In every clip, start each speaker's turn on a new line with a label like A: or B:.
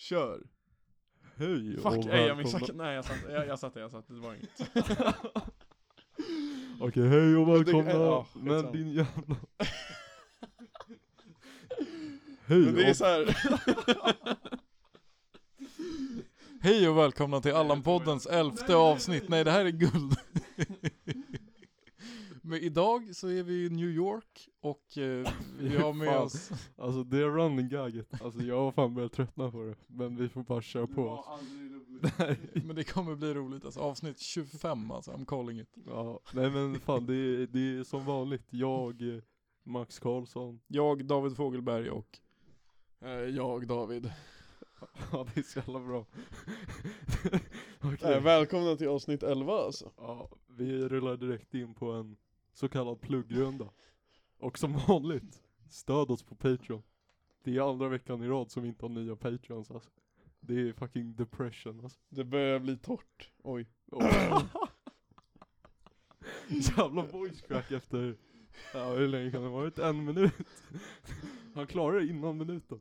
A: Kör.
B: Hej
A: Fuck,
B: och
A: jag
B: välkomna.
A: missade. Nej, jag satt. Det var inget.
B: Okej, hej och välkomna.
A: Ja,
B: Men din jävla...
A: Men
B: Hej
A: det är
B: och...
A: så här.
C: Hej och välkomna till Allan-poddens 11:e avsnitt. Nej, det här är guld. Men idag så är vi i New York och vi har med oss...
B: Alltså det är running gaget. Alltså jag har fan börjat tröttna på det. Men vi får bara köra på oss.
C: Men det kommer bli roligt alltså. Avsnitt 25 alltså, I'm calling it.
B: Ja, nej men fan det är som vanligt. Jag, Max Karlsson.
C: Jag, David Fogelberg och...
A: Jag, David.
B: Ja, det är så jävla bra.
A: Välkomna till avsnitt 11 alltså.
B: Ja, vi rullar direkt in på en så kallad pluggrunda. Och som vanligt, stöd oss på Patreon. Det är andra veckan i rad som vi inte har nya Patreons alltså. Det är fucking depression alltså.
A: Det börjar bli torrt. Oj.
B: Jävla voice crack efter... Ja, hur länge kan det ha varit? 1 minut. Han klarar det innan minuten.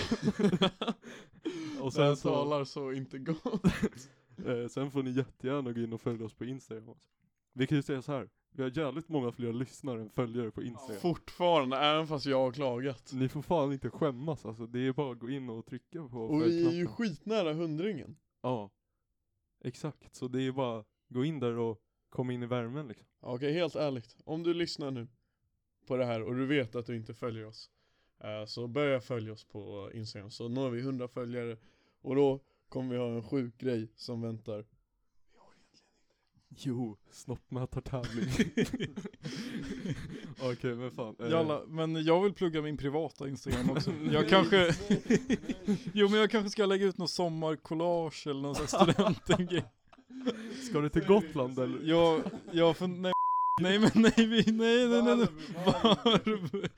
A: Och sen talar så inte gott.
B: Sen får ni jättegärna gå in och följa oss på Instagram alltså. Vi kan ju säga så här. Vi har jävligt många fler lyssnare än följare på Instagram.
A: Fortfarande, även fast jag har klagat.
B: Ni får fan inte skämmas alltså. Det är bara att gå in och trycka på
A: Och vi är ju skitnära 100-ringen.
B: Ja, exakt. Så det är bara gå in där och komma in i värmen liksom.
A: Okej, helt ärligt. Om du lyssnar nu på det här och du vet att du inte följer oss, så börja följa oss på Instagram. Så når vi 100 följare och då kommer vi ha en sjuk grej som väntar.
B: Jo, snoppmätartävling. Okej, men fan.
C: Jalla, men jag vill plugga min privata Instagram också. Jag kanske... Jo, men jag kanske ska lägga ut någon sommarcollage eller någon sån här studentgrej.
B: Ska du till Gotland eller?
C: Jag nej. Varv.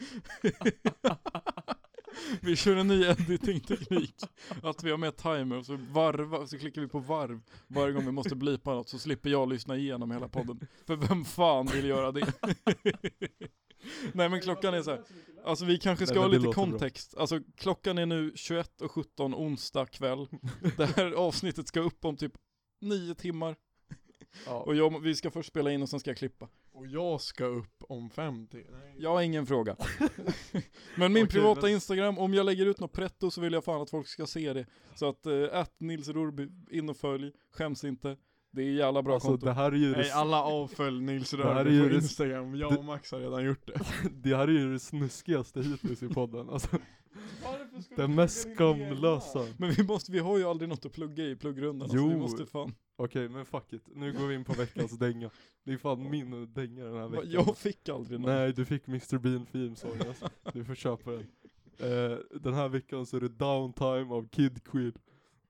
C: Vi kör en ny editing-teknik. Att vi har med timer och så klickar vi på varv varje gång vi måste blipa något, så slipper jag lyssna igenom hela podden. För vem fan vill göra det? Nej, men klockan är så här. Alltså vi kanske ska ha lite kontext. Alltså klockan är nu 21:17 onsdag kväll. Det här avsnittet ska upp om typ 9 timmar. Ja. Och vi ska först spela in och sen ska jag klippa.
A: Och jag ska upp om 5 till.
C: Jag har ingen fråga. Men min privata Instagram, om jag lägger ut något pretto så vill jag fan att folk ska se det. Så att Nils Rorby, in och följ, skäms inte. Det är jävla bra konto.
B: Det här är ju
A: nej, alla avfölj Nils Rorby på Instagram. Jag och Max har redan gjort det.
B: Det här är ju det snuskigaste hittills i podden alltså. Det mest skamlösa.
C: Men vi har ju aldrig något att plugga i pluggrundan.
B: Jo.
C: Alltså, vi måste fan.
B: Okej, men fuck it. Nu går vi in på veckans dänga. Det är fan min dänga den här veckan.
C: Jag fick aldrig någon.
B: Nej, du fick Mr. Bean theme song alltså. Du får köpa den. Den här veckan så är det Downtime av Kid Quid.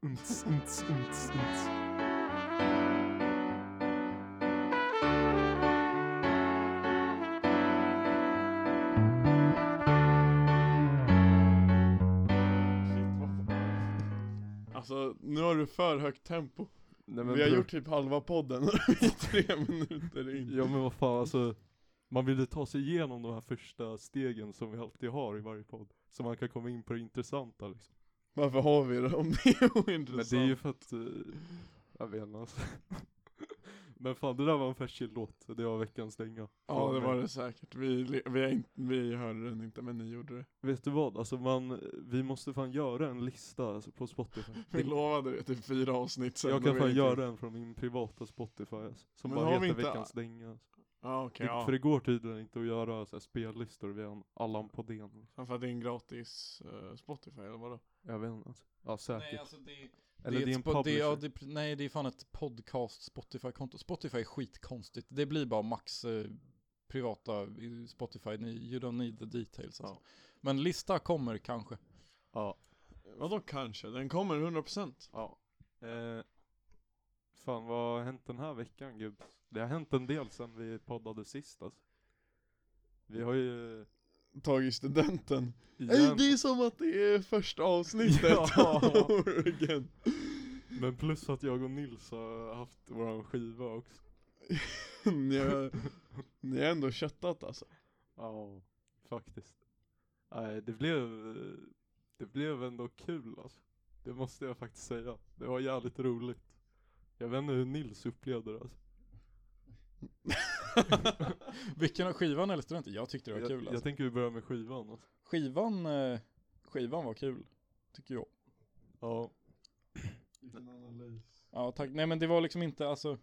A: Alltså, nu har du för högt tempo.
B: Nej, men
A: vi har gjort typ halva podden och vi är 3 minuter in.
B: Ja, men vad fan alltså. Man vill ju ta sig igenom de här första stegen som vi alltid har i varje podd. Så man kan komma in på det intressanta liksom.
A: Varför har vi det om det är ointressant?
B: Men det är ju för att jag vet inte alltså. Men fan, det där var en färsk låt. Det var veckans dänga.
A: Ja, det var det säkert. Vi hörde den inte, men ni gjorde det.
B: Vet du vad? Alltså vi måste fan göra en lista alltså, på Spotify.
A: Vi lovade det till 4 avsnitt sen.
B: Jag kan fan göra en från min privata Spotify alltså, som
A: men
B: bara heter
A: inte...
B: veckans dänga alltså.
A: Ah, okay, ja.
B: För det går tydligen inte att göra så här, spellistor via Allan på den.
A: Liksom. För att det är en gratis Spotify eller vadå?
B: Jag vet inte alltså. Ja, säkert.
C: Nej, alltså
B: eller det är en publisher.
C: det är fan ett podcast Spotify-konto. Spotify är skitkonstigt. Det blir bara Max privata Spotify. You don't need the details alltså. Ja. Men lista kommer kanske.
B: Ja.
A: Vadå kanske? Den kommer 100%.
B: Ja. Fan, vad har hänt den här veckan, gud? Det har hänt en del sen vi poddade sist alltså. Vi har ju
A: tagit studenten. Nej, det är som att det är första avsnittet.
B: Men plus att jag och Nils har haft våran skiva också.
A: Ni har ändå köttat alltså.
B: Ja, faktiskt. Nej, det blev ändå kul alltså. Det måste jag faktiskt säga. Det var jävligt roligt. Jag vet inte hur Nils upplevde det alltså.
C: Vilken av skivan eller studenten? Jag tyckte det var kul alltså.
B: Jag tänker vi börjar med skivan alltså.
C: Skivan var kul, tycker jag.
B: Ja.
A: Vilken analys.
C: Ja, tack. Nej men det var liksom inte, alltså...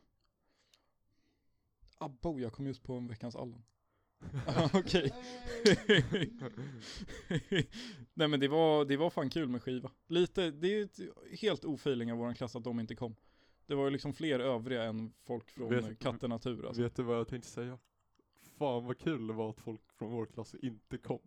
C: Abbo, jag kom just på en veckans Allen. Okej. Nej men det var fan kul med skiva. Lite, det är ett helt ofeeling av våran klass att de inte kom. Det var ju liksom fler övriga än folk från Katten Natur alltså.
B: Vet du vad jag tänkte säga? Fan vad kul det var att folk från vår klass inte kom.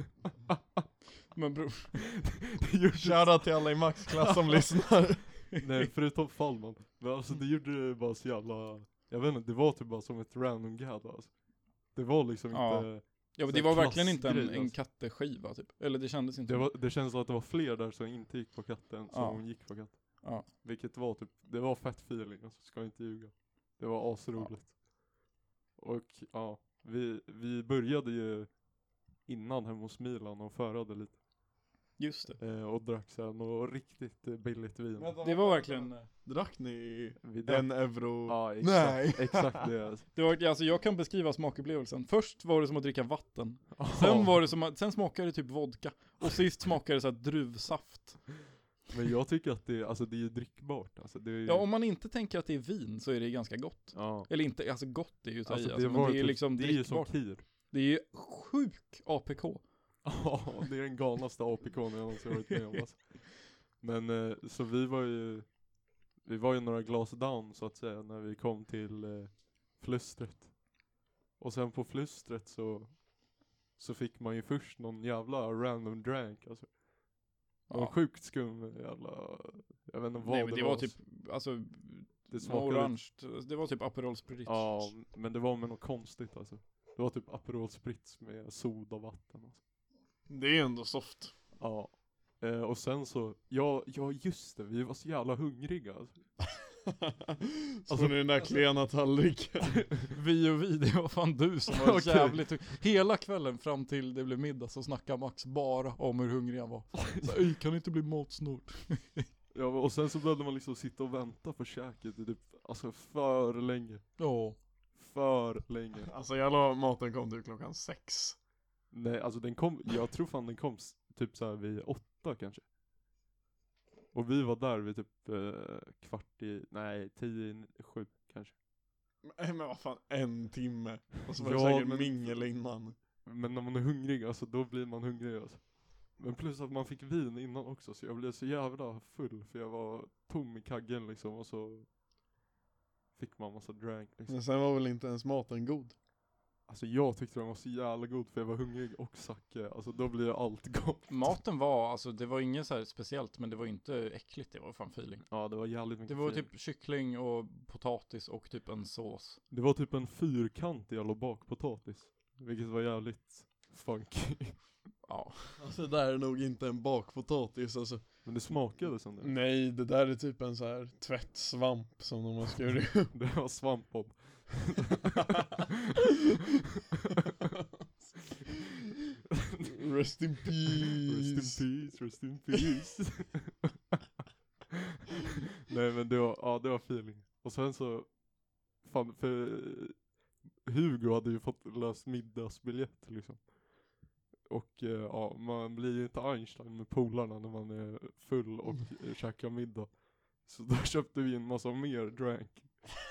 C: Men bror,
A: Shoutout till alla i Max-klass som lyssnar.
B: Nej, förutom Fallman. Men alltså det gjorde det bara så jävla... Jag vet inte, det var typ bara som ett random gad alltså. Det var liksom inte...
C: Ja men det var verkligen inte en
B: alltså.
C: katteskiva typ. Eller det kändes inte.
B: Det kändes som att det var fler där som inte gick på katten som gick på katten.
C: Ja.
B: Vilket var typ, det var fett feeling alltså, ska jag inte ljuga. Det var asroligt. Och ja, vi började ju innan hemma hos Milan och förade lite.
C: Just det.
B: Och drack sen och riktigt billigt vin.
C: Det var verkligen...
A: Drack ni
B: Vi drack-
A: 1 euro?
B: Ja, exakt,
A: Nej.
B: exakt det alltså.
C: Det var, alltså jag kan beskriva smakupplevelsen. Först var det som att dricka vatten. Sen var det som att, sen smakade det typ vodka. Och sist smakade det så här druvsaft.
B: Men jag tycker att det är ju drickbart alltså, det är ju...
C: Ja, om man inte tänker att det är vin så är det ganska gott.
B: Ja.
C: Eller inte, alltså gott är ju
B: Alltså,
C: alltså, men det är liksom
B: det är ju som
C: drickbart.
B: kir.
C: Det är ju sjuk APK.
B: Ja, det är den galnaste APK jag någonsin varit med om alltså. Men så vi var ju några glas down så att säga när vi kom till flustret. Och sen på flustret så fick man ju först någon jävla random drank alltså. Det var sjukt skum jävla, jag vet inte vad.
C: Nej, men det var typ, alltså
B: det smakade
C: orange, det var typ Aperol Spritz.
B: Ja, men det var med något konstigt alltså. Det var typ Aperol Spritz med sodavatten alltså.
A: Det är ändå soft.
B: Ja. Och sen så, ja just det, vi var så jävla hungriga alltså.
A: Så ni den där klena tallriken.
C: Vi, det var fan du som var
B: Okej.
C: jävligt hela kvällen fram till det blev middag så snackade Max bara om hur hungrig han var. Så kan det inte bli matsnord.
B: Ja, och sen så behövde man liksom sitta och vänta på käket i typ, alltså för länge.
C: Ja.
B: För länge.
A: Alltså jävla maten kom typ 6:00.
B: Nej, alltså jag tror fan den kom typ så här vid 8 kanske. Och vi var där vid typ 10:07 kanske.
A: Men vad fan, 1 timme. Och så var det
B: Ja,
A: säkert
B: men-
A: mingel innan.
B: Men när man är hungrig, alltså då blir man hungrig alltså. Men plus att man fick vin innan också, så jag blev så jävla full för jag var tom i kaggen liksom, och så fick man massa drank liksom.
A: Men sen var väl inte ens maten god.
B: Alltså jag tyckte den var så jävla god för jag var hungrig och sacke, alltså då blir allt gott.
C: Maten var, alltså det var inget så här speciellt men det var inte äckligt, det var fan feeling.
B: Ja, det var jävligt mycket
C: Det var
B: feeling.
C: typ kyckling och potatis och typ en sås.
B: Det var typ en fyrkantig jävla bakpotatis, vilket var jävligt funky.
C: Ja.
A: Alltså det där är nog inte en bakpotatis alltså.
B: Men det smakade som det.
A: Nej, det där är typ en så här tvättsvamp som de har skurit upp.
B: Det var svampbob.
A: Rest in peace.
B: Rest in peace, rest in peace. Nej men det var feeling. Och sen så, fan, för Hugo hade ju fått löst middagsbiljett liksom. Och ja, man blir ju inte Einstein med polarna när man är full och käkar middag. Så då köpte vi en massa mer drank.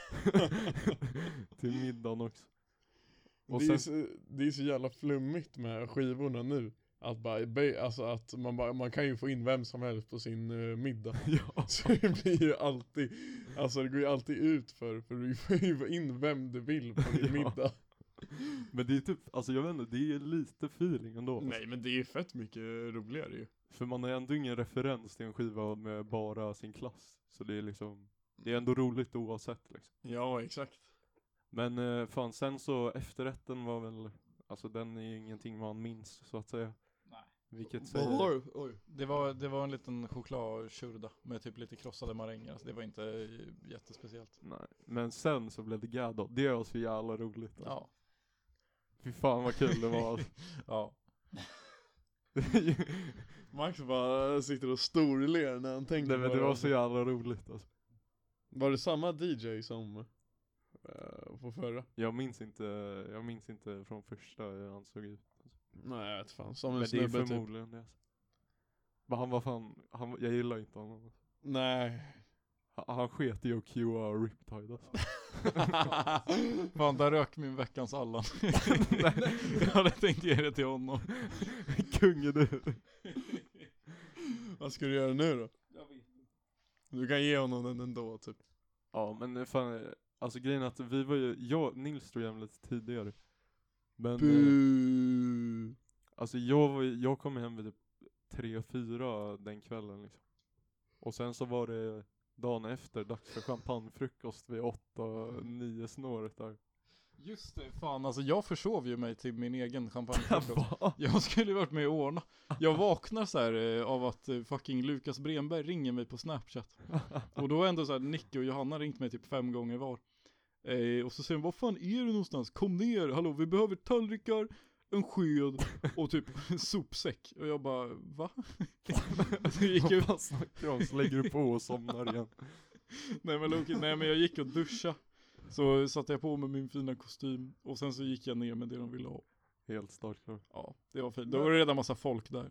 B: Till middagen också. Och
A: Det är så jävla flummigt med skivorna nu. Att bara, alltså att man kan ju få in vem som helst på sin middag.
B: Ja.
A: Så det blir ju alltid, alltså det går ju alltid ut för du får ju få in vem du vill på din
B: Ja.
A: middag.
B: Men det är typ, alltså jag vet inte, det är lite feeling ändå.
A: Nej men det är ju fett mycket roligare ju.
B: För man har ändå ingen referens till en skiva med bara sin klass. Så det är liksom, det är ändå roligt oavsett liksom.
A: Ja, exakt.
B: Men fan, sen så efterrätten var väl, alltså den är ju ingenting man minns så att säga.
C: Nej.
B: Vilket säger,
A: Oj.
C: Det var en liten chokladtjurda med typ lite krossade maränger. Alltså det var inte jättespeciellt.
B: nej. Men sen så blev det gado. Det var så jävla roligt alltså.
C: Ja.
B: Fy fan vad kul det var alltså.
C: Ja.
A: Max bara sitter och storler när han tänker
B: Nej men
A: på
B: det var så jävla roligt alltså.
A: Var det samma DJ som på förra?
B: Jag minns inte från första hur han såg ut.
A: Nej, jag vet fan. Som en
B: Men det är
A: snubbe typ.
B: förmodligen det alltså. Men han var fan, jag gillar inte honom alltså.
A: Nej.
B: Han sket i att QA Riptide alltså.
C: Fan, där rök min veckans Allan. Jag hade tänkt ge det till honom.
B: Kungen du.
A: Vad ska du göra nu då?
C: Jag vet.
A: Du kan ge honom den ändå typ.
B: Ja men fan, alltså grejen är att vi var ju, Nils drog hem lite tidigare. Men alltså jag kom hem vid typ 3-4 den kvällen liksom. Och sen så var det dagen efter dags för champagnefrukost vid 8-9 snåret där.
C: Just det, fan alltså jag försov ju mig till min egen champagnefrukost. Jag skulle varit med och ordna. Jag vaknar så här av att fucking Lukas Bremberg ringer mig på Snapchat. Och då är ändå så här Nicky och Johanna ringt mig typ 5 gånger var. Och så säger de, vad fan är du någonstans? Kom ner, hallå, vi behöver tallrikar, en sked och typ en sopsäck. Och jag bara, va? Så gick ut.
B: Vad snackar om? Så lägger du på och somnar igen.
C: Nej men jag gick och duscha. Så satte jag på med min fina kostym. Och sen så gick jag ner med det de ville ha.
B: Helt startklar.
C: Ja, det var fint. Då var det redan massa folk där.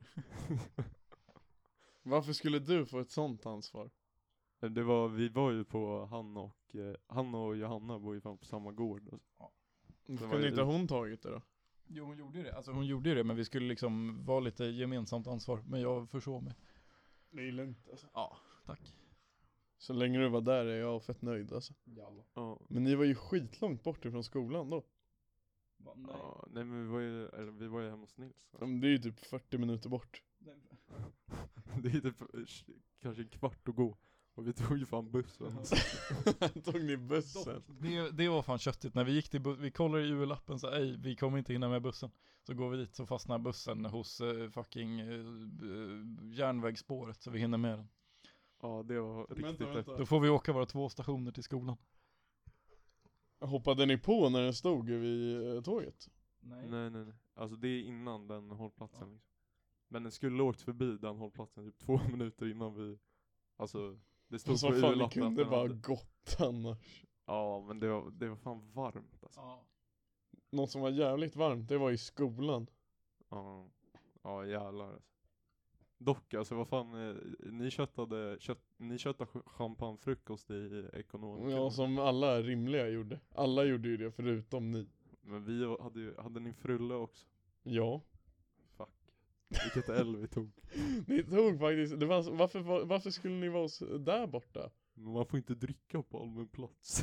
A: Varför skulle du få ett sånt ansvar?
B: Vi var ju på han och Johanna var ju fan på samma gård alltså.
A: Varför kunde inte hon tagit det då?
C: Jo, hon gjorde det. Alltså hon gjorde det, men vi skulle liksom vara lite gemensamt ansvar. Men jag försåg mig.
A: Det är lugnt alltså.
C: Ja, tack.
A: Så länge du var där är jag fett nöjd alltså.
C: Jalla.
B: Ja.
A: Men ni var ju skitlångt bort ifrån skolan då.
C: Nej.
B: Ja, nej men vi var ju hemma hos Nils.
A: Ja, men det är ju typ 40 minuter bort.
B: Det är typ kanske en kvart att gå. Och vi tog ju fan bussen.
A: Tog ni bussen?
C: Det var fan köttigt. När vi gick till vi kollade i UL-appen så ej, vi kommer inte hinna med bussen. Så går vi dit så fastnar bussen hos fucking järnvägsspåret så vi hinner med den.
B: Ja, det var riktigt rätt.
C: Då får vi åka våra 2 stationer till skolan.
A: Hoppade ni på när den stod vid tåget?
B: Nej. Alltså det är innan den hållplatsen liksom. Men den skulle åkt förbi den hållplatsen typ 2 minuter innan vi. Alltså det stod
A: Så
B: på
A: fan, ni
B: UL-appen
A: kunde
B: att den
A: bara
B: hade.
A: gått annars.
B: Ja, men det var fan varmt alltså.
C: Ja.
A: Något som var jävligt varmt, det var i skolan.
B: Ja jävlar alltså. Dock alltså vad fan, ni köttade champagnefrukost i ekonomin.
A: Ja, som alla rimliga gjorde. Alla gjorde ju det förutom ni.
B: Men vi hade ni frulle också?
A: Ja.
B: Fuck. Vilket L vi tog.
A: Ni tog faktiskt, det var, varför skulle ni vara där borta?
B: Men man får inte dricka på allmän plats.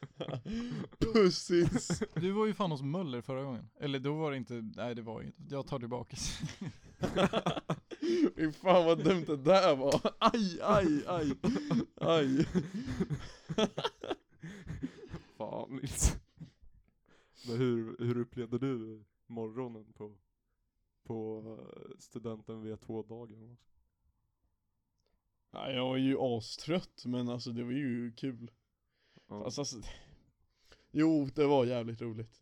A: Pussis.
C: Du var ju fan hos Möller förra gången. Eller då var det inte, nej det var inte. Jag tar tillbaka.
A: Fy fan vad dumt det där var. Aj.
B: Fan Nils. Men hur upplevde du morgonen på studenten V2-dagen?
A: Nej, jag var ju astrött, men alltså det var ju kul.
B: Ja.
A: Alltså, jo, det var jävligt roligt.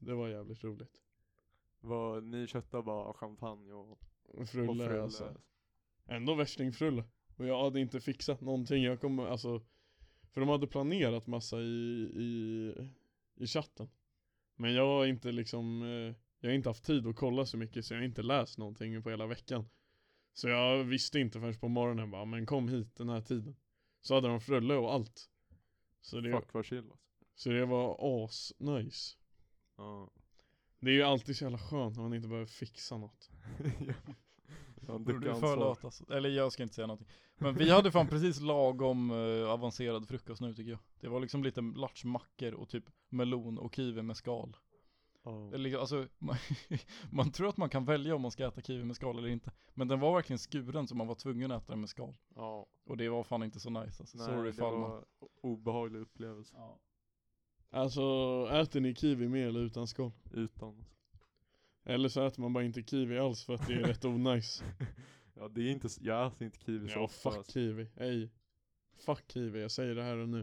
B: Ni köttade bara champagne och
A: Frulle alltså. Ändå värstingfrulle. Och jag hade inte fixat någonting. Jag kom, alltså, för de hade planerat massa i chatten. Men jag har inte liksom, jag har inte haft tid att kolla så mycket, så jag har inte läst någonting på hela veckan. Så jag visste inte förrän på morgonen bara, men kom hit den här tiden. Så hade de frulle och allt. Så det,
B: Fuck vad chill alltså.
A: så det var nice.
B: Ja.
A: Det är ju alltid så jävla skönt när man inte behöver fixa något.
C: Du är för lat alltså. Eller jag ska inte säga någonting. Men vi hade fan precis lagom avancerad frukost nu tycker jag. Det var liksom lite latsmackor och typ melon och kiwi med skal.
B: Oh.
C: Eller, alltså, man tror att man kan välja om man ska äta kiwi med skal eller inte. Men den var verkligen skuren så man var tvungen att äta den med skal.
B: Ja.
C: Och det var fan inte så nice alltså.
B: Nej,
C: Sorry
B: det var obehaglig upplevelse.
C: Ja.
A: Alltså, äter ni kiwi med eller utan skal?
B: Utan.
A: Eller så äter man bara inte kiwi alls för att det är rätt onajs.
B: Ja, det är inte, jag äter inte kiwi så
A: Ja,
B: ofta.
A: fuck kiwi. Ej. Fuck kiwi, jag säger det här och nu.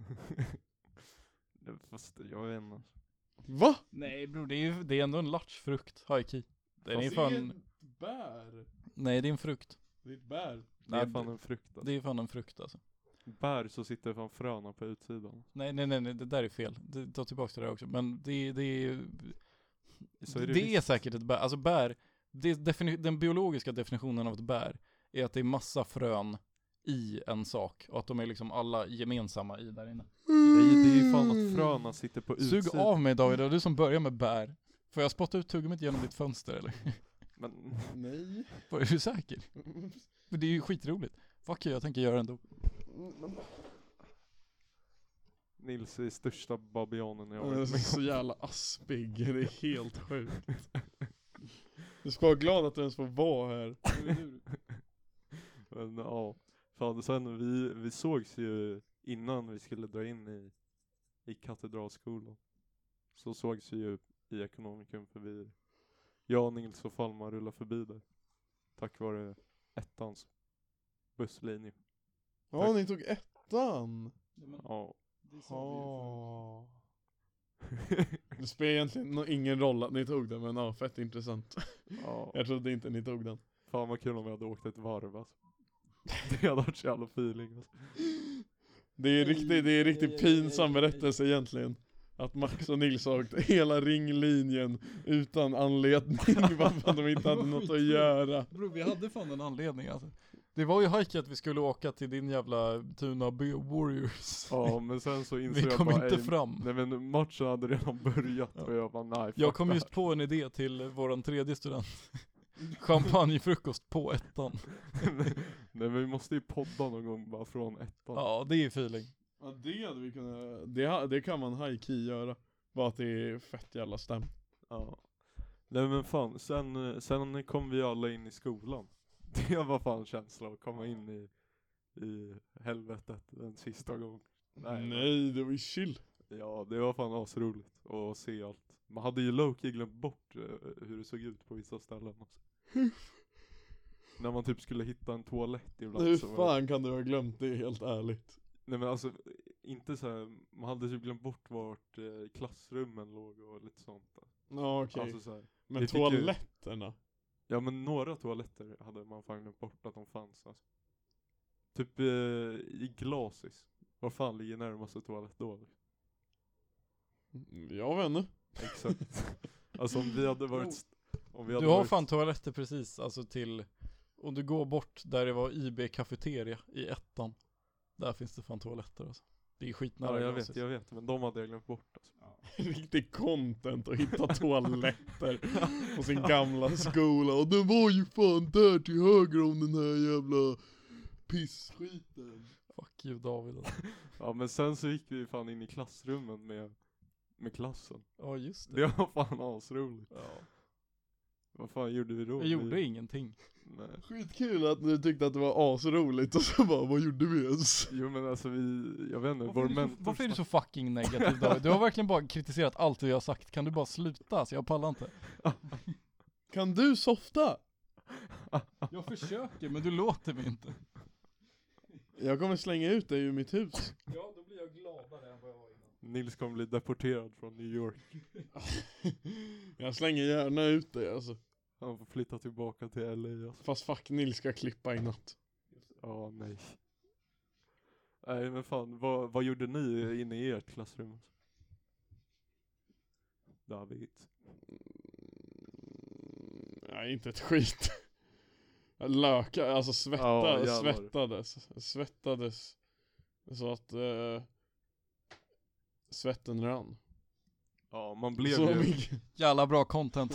B: Fast jag vet inte.
A: Va?
C: Nej bror, det är ändå en latsfrukt, high key. Den är
A: Fast
C: fan...
A: det är ett bär.
C: Nej, det är en frukt.
A: Det är ett bär.
B: Det är fan en frukt alltså.
C: Det är fan en frukt alltså.
B: Bär så sitter fan fröna på utsidan.
C: Nej, det där är fel. Ta tillbaka till det där också. Men det är
B: Så
C: det är säkert ett bär. Alltså bär, den biologiska definitionen av ett bär är att det är massa frön i en sak. Och att de är liksom alla gemensamma i där inne.
B: Nej, det är ju fan att fröna sitter på utsidan.
C: Sug av mig David, det är du som börjar med bär. Får jag spotta ut tuggummet genom ditt fönster eller?
B: Men
A: Nej.
C: Är du säker? För det är ju skitroligt. Fuck you, jag tänker göra det ändå.
B: Nils är största babianen jag
A: Han
B: har
A: är
B: varit med
A: så jävla aspig, det är helt sjukt. Du ska vara glad att du ens får vara här.
B: Men ja, fan sen vi sågs ju innan vi skulle dra in i katedralskolan. Så sågs vi ju i ekonomikum för jag, Nils och Falma rullade förbi där. Tack vare ettans busslinje.
A: Ja, ni tog ettan.
B: Ja.
A: Ja. Det spelar egentligen ingen roll att ni tog den, men ja, fett intressant.
B: Ja.
A: Jag trodde inte ni tog den.
B: Fan vad kul om vi hade åkt ett varv alltså. Det hade varit så jävla feeling alltså.
A: Det är riktigt pinsam berättelse egentligen. Att Max och Nils har åkt hela ringlinjen utan anledning. Varför de inte hade något att göra.
C: Bro, vi hade fan en anledning alltså. Det var ju hajk att vi skulle åka till din jävla Tuna Warriors.
B: Ja, men sen så insåg
C: Vi
B: jag
C: kom
B: bara,
C: inte fram.
B: Nej men matchen hade redan börjat och jag bara nej.
C: Jag
B: fuck
C: kom
B: det
C: just på en idé till våran tredje student. Champagnefrukost på ettan.
B: Nej men vi måste ju podda någon gång bara från ettan.
C: Ja, det är feeling.
A: Ja, det hade vi kunnat. Det kan man high key göra. Bara att det är fett jävla stäm.
B: Ja. Nej men fan, sen kom vi alla in i skolan. Det var fan känslan att komma in i helvetet en sista gång.
A: Nej, det var ju chill.
B: Ja, det var fan asroligt att se allt. Man hade ju low-key glömt bort hur det såg ut på vissa ställen också. När man typ skulle hitta en toalett ibland.
A: Hur
B: så
A: fan kan du ha glömt det, helt ärligt?
B: Nej men alltså, inte så här, man hade typ glömt bort vart klassrummen låg och lite sånt där.
A: Ja, okej.
B: Alltså så här,
A: Men
B: vi fick ju-
A: toaletterna?
B: ja men några toaletter hade man fan glömt bort att de fanns alltså. Typ i Glasis. Var fan ligger närmaste toalett då?
A: Jag vet inte.
B: Exakt. Alltså om vi hade varit... Om vi hade
C: Du har
B: varit,
C: fan toaletter precis, alltså till... Om du går bort där det var IB kafeteria i ettan. Där finns det fan toaletter alltså. Det är skitnära.
B: ja,
C: Glasis.
B: jag vet. Men de hade jag glömt bort alltså.
A: Riktig content att hitta toaletter på sin gamla skola. Och den var ju fan där till höger om den här jävla pissskiten.
C: Fuck you David alltså.
B: Ja men sen så gick vi fan in i klassrummen med klassen.
C: Ja just det.
B: Det var fan asroligt.
C: Ja.
B: Vad fan gjorde vi då?
C: Jag gjorde ingenting.
B: Nej.
A: Skitkul att du tyckte att det var asroligt. Och så bara, vad gjorde vi ens?
B: Jo men alltså jag vet inte,
C: Varför är du så fucking negativ David? Du har verkligen bara kritiserat allt vi har sagt. Kan du bara sluta? Så jag pallar inte.
A: Kan du softa?
C: Jag försöker men du låter mig inte.
A: Jag kommer slänga ut dig ur mitt hus.
C: Ja, då blir jag gladare än vad jag var innan.
B: Nils kommer bli deporterad från New York.
A: Jag slänger gärna ut dig alltså.
B: Han får flytta tillbaka till LA alltså.
A: Fast fuck, Nils ska klippa i natt.
B: Ja, nej. Nej men fan, vad gjorde ni inne i ert klassrum? Alltså? David.
A: Nej, inte ett skit. Löka, alltså
B: Ja, jävlar.
A: svettades så att svetten rann.
B: Ja, man blev
A: Så
B: ju...
A: mycket.
C: Jävla bra content.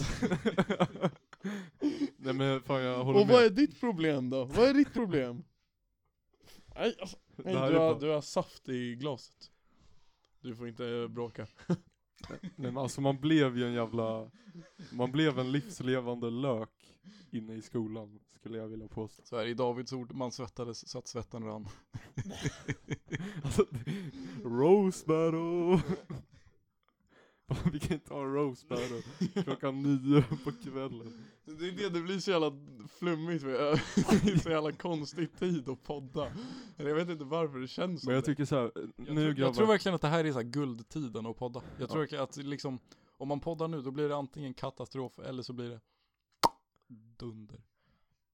B: Nej men fan jag håller
A: Och
B: med.
A: vad är ditt problem då? Vad är ditt problem? Nej, alltså, nej
B: Det här är
A: du har saft i glaset. Du får inte bråka.
B: Nej men alltså man blev ju man blev en livslevande lök inne i skolan, skulle jag vilja påstå.
C: Så här i Davids ord, man svettades så att svetten rann.
B: Alltså, roast battle! Vi kan inte ha roast battle 9:00 på kvällen.
A: Det är det blir så jävla flummigt. Det är så jävla konstig tid att podda. Jag vet inte varför det känns som
B: Men jag
A: det.
B: tycker så här,
C: Jag tror verkligen att det här är så här guldtiden att podda. Jag tror verkligen att liksom, om man poddar nu då blir det antingen katastrof eller så blir det dunder.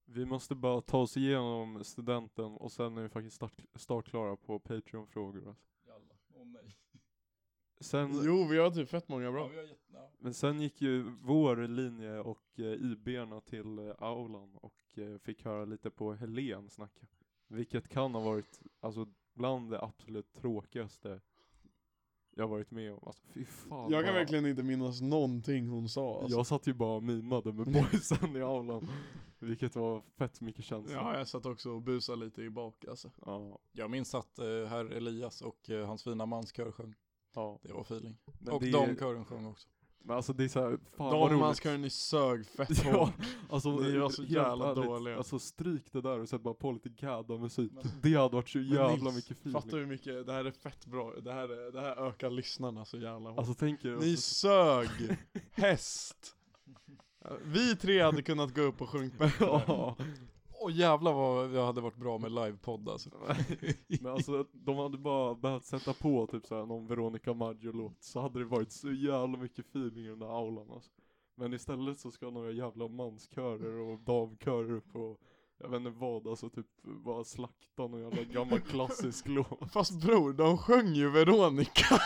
B: Vi måste bara ta oss igenom studenten och sen är vi faktiskt startklara på Patreon-frågor. Alltså.
C: Jalla, nej.
B: Sen,
A: Jo, vi har typ fett många bra.
B: men sen gick ju vår linje och IB-erna till aulan och fick höra lite på Helen snacka. Vilket kan ha varit alltså, bland det absolut tråkigaste jag varit med om. Alltså, fy fan.
A: Jag kan verkligen inte minnas någonting hon sa. Alltså.
B: Jag satt ju bara och mimade med boysen i aulan. Vilket var fett mycket känsla.
A: Ja, jag satt också och busade lite i bak alltså.
B: Ja.
C: Jag minns att herr Elias och hans fina manskör sjöng.
B: Ja.
C: Det var feeling.
B: Men
C: Och
B: det
C: damkören sjöng också.
B: Men alltså det är så här, fan vad roligt.
A: Dammanskören, ni sög fett
B: Ja,
A: hårt.
B: alltså
A: Ni var så
B: helt
A: jävla
B: ärligt,
A: dåliga.
B: Alltså stryk det där och sätt bara på lite gadda musik. Det hade varit så jävla mycket feeling.
A: Fattar hur mycket, det här är fett bra. Det här ökar lyssnarna så jävla hårt.
B: Alltså tänker
A: Ni sög häst. Vi tre hade kunnat gå upp och sjunga bättre.
B: ja.
C: Åh jävlar vad jag hade varit bra med livepodd alltså.
B: Men alltså de hade bara behövt sätta på typ såhär någon Veronica Maggio-låt. Så hade det varit så jävla mycket feeling i den där aulan alltså. Men istället så ska några jävla manskörer och damkörer upp och jag vet inte vad, alltså typ bara slakta någon jävla gammal klassisk låt.
A: Fast bror, de sjöng ju Veronica.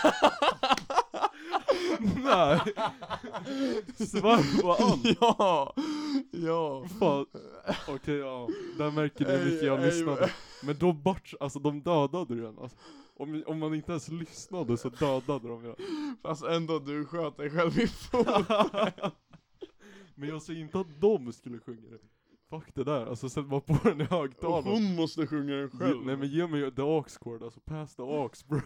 B: Nej. Svart på allt.
A: Ja.
B: Fan. Okej, ja. Där märker ni hur mycket jag lyssnade. Men de dödade den alltså. Om man inte ens lyssnade så dödade de ju.
A: Fast ändå du sköt dig själv i fot.
B: Men jag säger inte att de skulle sjunga det. Fuck det där, alltså sätt bara på den i högtalaren.
A: Hon måste sjunga den själv.
B: Nej men ge mig the aux chord, alltså pass the aux bro.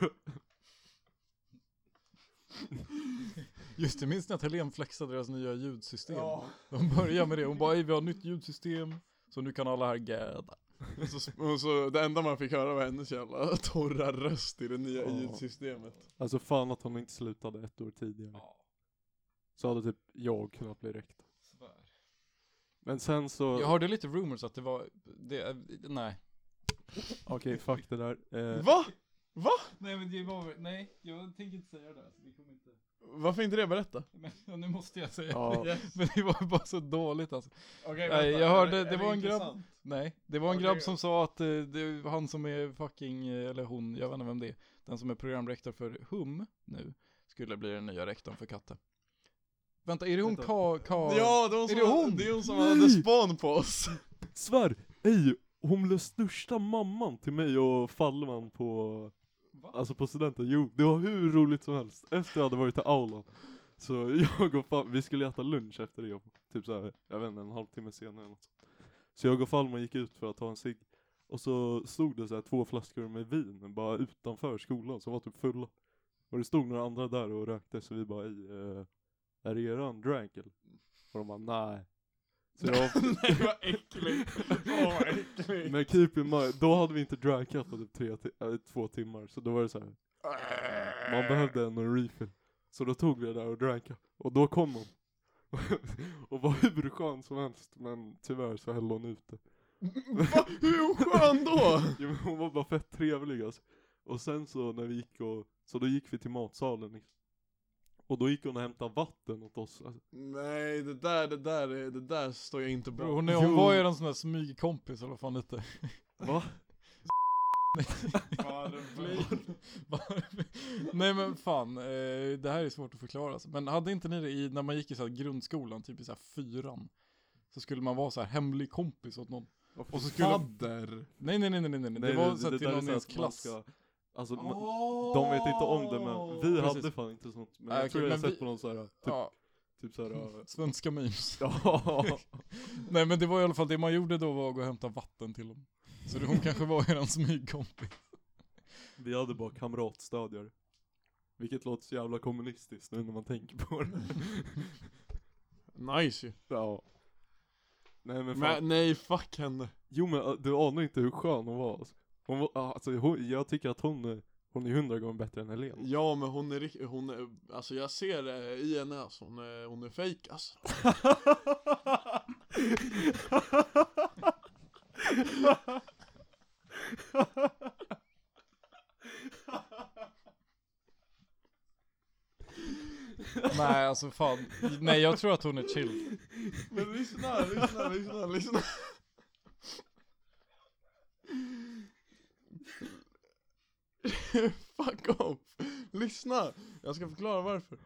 C: Just det, minns ni att Helen flexade deras nya ljudsystem?
A: Ja.
C: De börjar med det, hon bara vi har nytt ljudsystem. Så nu kan alla här gäda.
A: Och så det enda man fick höra var hennes jävla torra röst i det nya ljudsystemet.
B: Alltså fan att hon inte slutade 1 år tidigare.
C: Ja.
B: Så hade typ jag kunnat bli rektor. Men sen så...
C: Jag hörde lite rumors att det var... nej.
B: Okej, fuck det där.
A: Va?
C: Nej men det var... Nej, jag tänker inte säga det. Alltså, det kommer inte...
A: Varför inte det? Berätta.
C: Men nu måste jag säga
B: Ja.
C: det. Men det var bara så dåligt alltså.
A: Okej,
C: Nej,
A: vänta.
C: jag hörde,
A: Är
C: det var en grabb...
A: intressant?
C: Nej, det var en
A: Okej.
C: grabb som sa att det är han som är fucking... Eller hon, jag vet inte vem det är. Den som är programrektor för HUM nu. Skulle bli den nya rektorn för Katte. Vänta, är det hon
A: Ja,
C: Är det hon?
A: Det är hon som hade span på oss.
B: Svär! Ej, hon blev största mamman till mig och Fallman på...
C: Va?
B: Alltså på studenten. Jo, det var hur roligt som helst. Efter jag hade varit i aulan. Så jag och Fallman, vi skulle äta lunch efter det. Typ såhär, jag vet inte, en halvtimme senare eller något sånt. Så jag och Fallman gick ut för att ta en cigg. Och så stod det såhär 2 flaskor med vin bara utanför skolan som var typ fulla. Och det stod några andra där och rökte, så vi bara är det eran drank eller? Och de bara nej. Så jag...
A: Nej, vad äckligt. Vad äckligt.
B: Men keep in mind, då hade vi inte drankat på typ 2 timmar. Så då var det så här. Man behövde en refill. Så då tog vi det där och dranka. Och då kom hon. Och var hur skön som helst. Men tyvärr så höll hon ute.
A: Va? Hur skön då?
B: Ja, men hon var bara fett trevlig alltså. Och sen så när vi gick så då gick vi till matsalen liksom. Och då gick hon och hämtade vatten åt oss alltså.
A: Nej, det där står jag inte
C: Bro,
A: bra.
C: hon var ju en sån där smygkompis eller vad fan lite.
B: Va?
C: Nej men fan, det här är svårt att förklara alltså. Men hade inte ni det när man gick i så här grundskolan, typ i så här 4:an, så skulle man vara så här hemlig kompis åt någon. Och så skulle
A: Fadder.
C: Nej. Det var så här till någon i ens klass.
B: Alltså de vet inte om det, men vi
C: Precis.
B: hade fan inte sånt. Men
C: Nej,
B: jag tror
C: okej,
B: jag har
C: men
B: sett på någon så här
C: Ja,
B: typ så här.
C: svenska memes.
B: Ja.
C: Nej men det var i alla fall det man gjorde då, var att gå och hämta vatten till dem. Så hon kanske var eran smygkompis.
B: Vi hade bara kamratstödjare. Vilket låter så jävla kommunistiskt nu när man tänker på det.
A: Nice ju.
B: Ja. Nej men fan.
A: Men nej, fuck henne.
B: Jo men du anar inte hur skön hon var alltså. Jag tycker att hon är 100 gånger bättre än Helen.
A: Ja, men hon är alltså jag ser det i henne alltså. Hon är fake alltså.
C: Nej alltså fan. Nej jag tror att hon är chill.
A: Men lyssna. Fuck off. Lyssna. Jag ska förklara varför.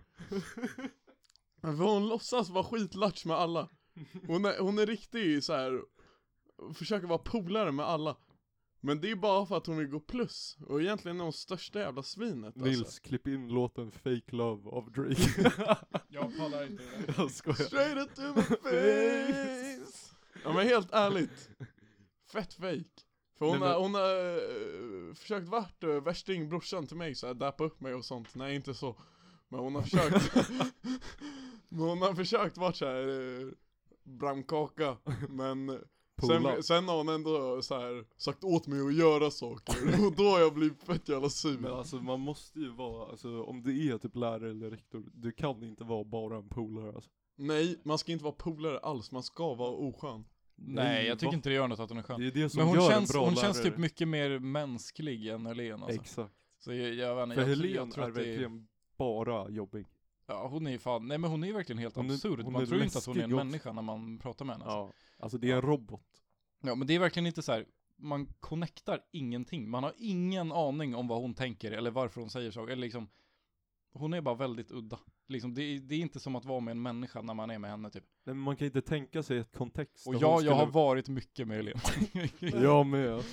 A: För hon låtsas vara skitlatch med alla. Hon är riktigt så här, försöker vara polare med alla. Men det är bara för att hon vill gå plus. Och egentligen är hon största jävla svinet.
B: Nils,
A: alltså.
B: klipp in låten Fake Love av Drake.
C: Jag pallar inte det.
B: Jag skojar.
A: Straight up to my face. Ja men helt ärligt. Fett fake. För hon har försökt vart värsting brorsan till mig så här, dappa upp mig och sånt. Nej, inte så. Men hon har försökt. Men hon har försökt vart så här bramkaka. Men sen har hon ändå så här sagt åt mig att göra saker. Och då har jag blivit fett jävla sur.
B: Men alltså man måste ju vara, alltså om du är typ lärare eller rektor, du kan inte vara bara en polare alltså.
A: Nej, man ska inte vara polare alls. Man ska vara oskön.
C: Nej, jag tycker inte det gör något att hon är skön.
B: Det är det som
C: Men hon
B: gör
C: känns,
B: en bra
C: hon
B: lärare.
C: känns typ mycket mer mänsklig än Helen alltså.
B: Exakt.
C: Så jag vet inte,
B: För
C: jag
B: Helen
C: tror
B: är
C: att det
B: verkligen bara jobbig.
C: Ja, hon är ju fan, nej men hon är ju verkligen helt
B: Hon är-
C: absurd.
B: hon
C: Man
B: är
C: tror ju inte att hon är en
B: läskig också.
C: människa när man pratar med henne alltså.
B: Ja, alltså det är en robot.
C: Ja, men det är verkligen inte så här. Man connectar ingenting. Man har ingen aning om vad hon tänker eller varför hon säger så. Eller liksom, hon är bara väldigt udda. Liksom, det är inte som att vara med en människa när man är med henne typ.
B: Nej, men man kan inte tänka sig ett kontext.
C: Och
B: där
C: jag
B: hon skulle-
C: har varit mycket med Helen.
B: Jag med.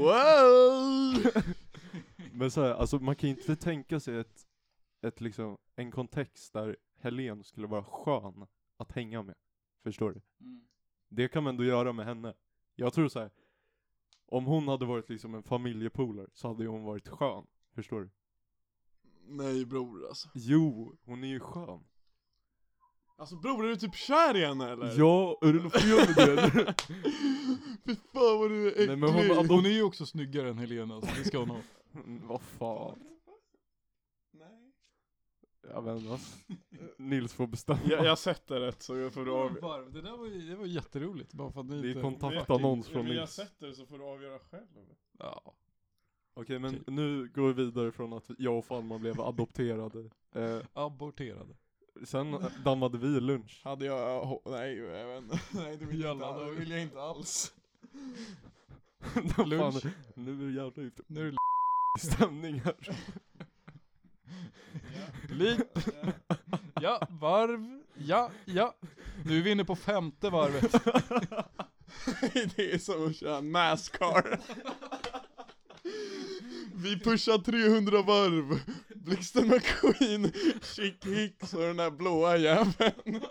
A: Wow!
B: Men så här, alltså man kan inte tänka sig ett liksom, en kontext där Helen skulle vara skön att hänga med. Förstår du? Det kan man ändå göra med henne. Jag tror så här, om hon hade varit liksom en familjepolare så hade hon varit skön. Förstår du?
A: Nej bror alltså.
B: Jo, hon är ju skön.
A: Alltså bror, är du typ kär i henne eller?
B: Ja, är det något fel med det eller?
A: Fy fan vad du är äcklig.
B: Nej, men
C: Hon är ju också snyggare än Helen alltså. Det ska hon ha.
B: Vad fan.
A: Nej.
B: Jag vet inte. Nils får bestämma.
A: Jag sätter rätt så jag får avgöra.
C: Det var jätteroligt. Bara för att ni
B: Det är
C: inte...
B: kontaktannons från
A: Jag
B: Nils.
A: sätter det så får du avgöra själv.
C: Ja.
B: Okej, men nu går vi vidare från att jag och Falman blev adopterade.
C: Aborterade.
B: Sen dammade vi lunch.
A: Hade jag, nej jag vet inte. Nej det vill jag inte, det vill jag inte alls.
C: Lunch.
B: Fan, nu är det jävla ut.
C: Nu är det
B: Stämning här.
C: Lip. Ja, varv. Ja. Nu är vi inne på 5:e varvet.
A: Det är som att köra NASCAR. Vi pushar 300 varv. Blixten McQueen, Chick Hicks och den där blåa jäveln.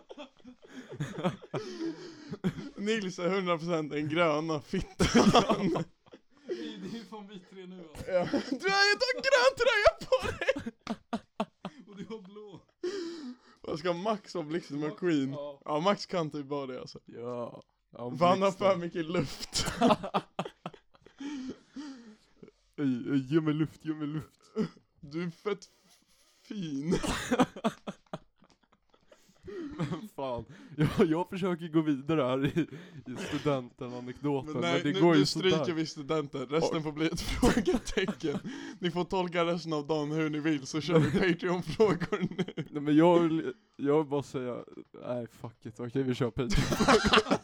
A: Nils är 100% en gröna fittan.
C: Det är fan vi tre nu alltså.
A: Ja. Du har ju en grön tröja på dig.
C: Och det var blå.
A: Vad ska Max ha Blixten McQueen?
C: Ja.
A: Ja, Max kan typ bara det alltså.
B: Ja.
A: För han har för mycket luft.
B: Ge mig luft, ge mig luft.
A: Du är fett fin.
B: Men fan, jag försöker gå vidare här i studenten-anekdoten.
A: Men nej,
B: det
A: nu,
B: går ju
A: nu stryker
B: sådär.
A: vi studenten. Resten får bli ett frågetecken. Ni får tolka resten av dagen hur ni vill, så kör vi Patreon-frågor nu.
B: Nej, men jag vill bara säga, nej fuck it, okej vi kör Patreon.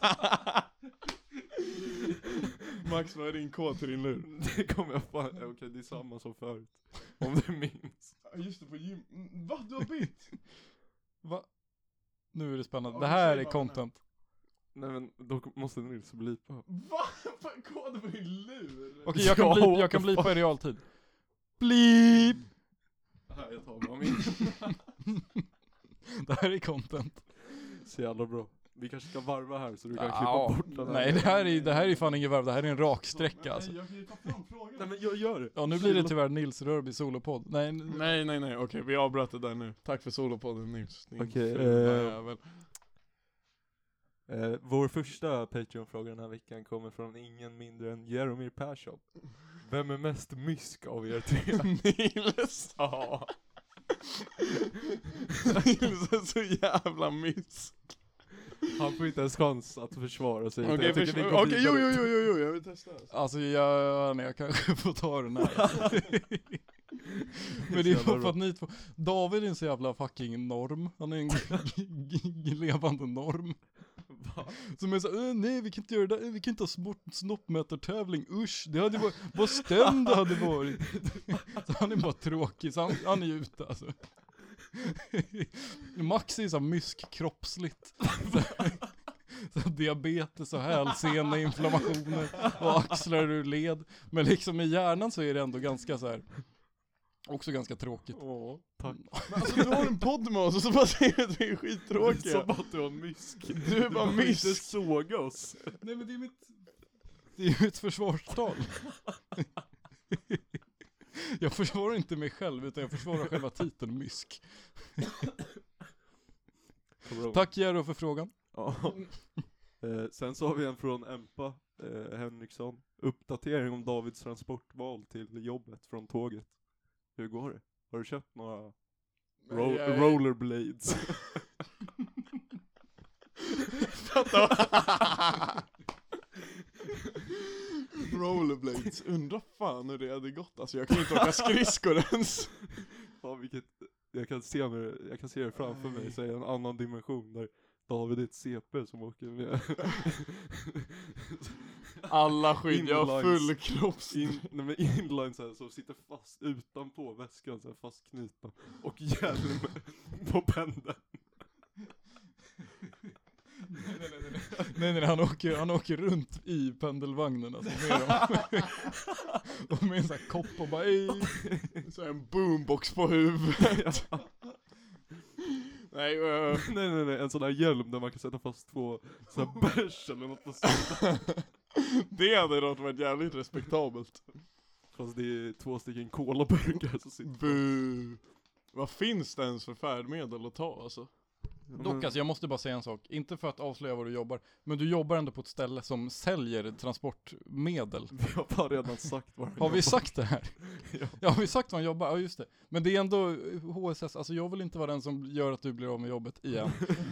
A: Max, vad är din kod till din lur?
B: Det kommer jag fan, okej det är samma som förut. Om du minns.
A: Just det, på gym. Va? Du har bytt?
C: Va? Nu är det spännande.
A: Ja,
C: Det här
A: säg
C: är
A: bara
C: content.
B: Nej men då måste Nils blipa.
A: Va? Vad koden på din lur?
C: Okej,
B: Ja,
C: jag kan blipa i realtid. Blip!
B: Här, jag tar bara min.
C: Det här är content.
B: Så jävla bra. Vi kanske ska varva här så du kan klippa
C: Ja,
B: bort den här.
C: nej, det här är fan ingen varv. Det här är en rak sträcka alltså.
A: Nej, jag kan ju ta fram frågan.
B: Nej men jag gör det.
C: Ja, nu blir det tyvärr Nils Rörby solopodd. Nej,
A: Nej, okej, vi avbröt det där nu. Tack för solopodden Nils. Din
B: Okej,
A: fula jävel.
B: Vår första Patreon-fråga den här veckan kommer från ingen mindre än Jaromir Persson. Vem är mest mysk av er tre?
A: Nils. Ja. Nils är så jävla mysk.
B: Han får inte ens chans att försvara sig.
A: Okej,
B: Jag tycker vi går
A: okej, jo,
B: vidare.
A: jag vill testa.
C: alltså jag kanske får ta den här. Men det är bara för att ni två, David är en så jävla fucking norm. Han är en levande norm. Som är så, nej vi kan inte göra det, vi kan inte ha snoppmätartävling, usch, det hade varit, vad stämd det hade varit. Så Han är bara tråkig, så han är ute alltså. Max är så mysk kroppsligt. Så diabetes och hälsena, inflammationer och axlar ur led. Men liksom i hjärnan så är det ändå ganska så här. Också ganska tråkigt.
B: Åh, tack.
A: Men alltså du har en podd med oss och så bara säger du att vi är skittråkiga.
B: Det är som att du har mysk.
A: Du är bara mysk.
B: Inte såga oss.
C: Nej men det är mitt försvarstal. Jag försvarar inte mig själv utan jag försvarar själva titeln mysk. Tack Jero för frågan.
B: Ja. Sen så har vi en från Empa Henriksson. Uppdatering om Davids transportval till jobbet från tåget. Hur går det? Har du köpt några rollerblades?
A: Rollerblades, undrar fan hur det hade gått. Alltså jag kan inte åka skridskor ens.
B: Ja, jag kan se det framför mig. Så är en annan dimension där David är ett CP som åker med.
A: Alla skydd, jag har full kropps.
B: Inlines här som sitter fast utanpå väskan så här fastknutna. Och hjälm på pendeln.
C: Nej, han åker runt i pendelvagnen alltså, med dem. Och med en sån här kopp och bara
A: så en boombox på huvudet. Nej,
B: en sån här hjälm där man kan sätta fast två så här bärs eller något på sidan.
A: Det hade nog varit jävligt respektabelt.
B: Fast det är 2 stycken colaburkar som sitter.
A: Vad finns det ens för färdmedel att ta alltså?
C: Dock alltså, jag måste bara säga en sak. Inte för att avslöja vad du jobbar, men du jobbar ändå på ett ställe som säljer transportmedel.
B: Vi har bara redan sagt vad
C: Har vi sagt det här?
B: Ja,
C: har vi sagt vad han jobbar? Ja, just det. Men det är ändå HSS, alltså jag vill inte vara den som gör att du blir av med jobbet igen.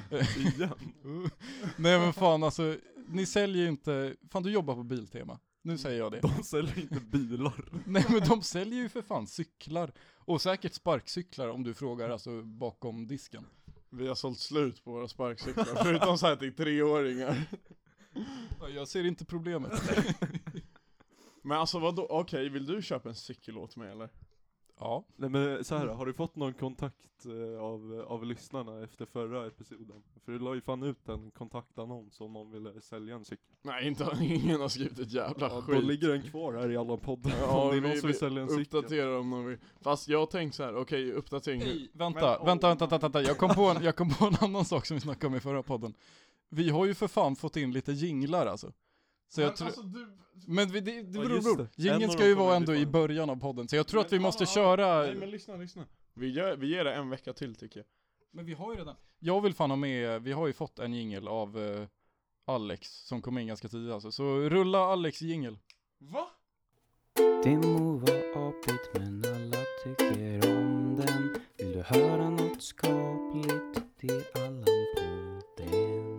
C: Nej men fan alltså, ni säljer ju inte, fan du jobbar på Biltema. Nu säger jag det.
B: De säljer inte bilar.
C: Nej men de säljer ju för fan cyklar. Och säkert sparkcyklar om du frågar alltså bakom disken.
A: Vi har sålt slut på våra sparkcyklar, förutom så här till 3-åringar.
C: Ja, jag ser inte problemet.
A: Men alltså vadå, okej, vill du köpa en cykel åt mig eller?
C: Ja.
B: Nej men så här, har du fått någon kontakt av lyssnarna efter förra episoden? För du la ju fan ut en kontaktannons om någon ville sälja en cykel.
A: Nej, ingen har skrivit ett jävla skit.
B: Då ligger den kvar här i alla poddar.
A: Ja,
B: om det är någon som vill sälja en cykel.
A: Uppdatera om någon vill. Fast jag tänkte så här, okej, uppdatering.
C: Hey, vänta. Jag kom på en annan sak som vi snackade om i förra podden. Vi har ju för fan fått in lite jinglar alltså. Så jag tror... Men det beror. Jingeln ska ju vara ändå i början av podden. Så jag tror att vi måste köra...
A: Nej men lyssna. Vi ger det en vecka till tycker jag.
C: Men vi har ju redan... Jag vill fan ha med... Vi har ju fått en jingel av Alex som kom in ganska tidigt alltså. Så rulla Alex jingel.
A: Va?
D: Det må vara apigt men alla tycker om den. Vill du höra något skapligt? Det är Allan-podden.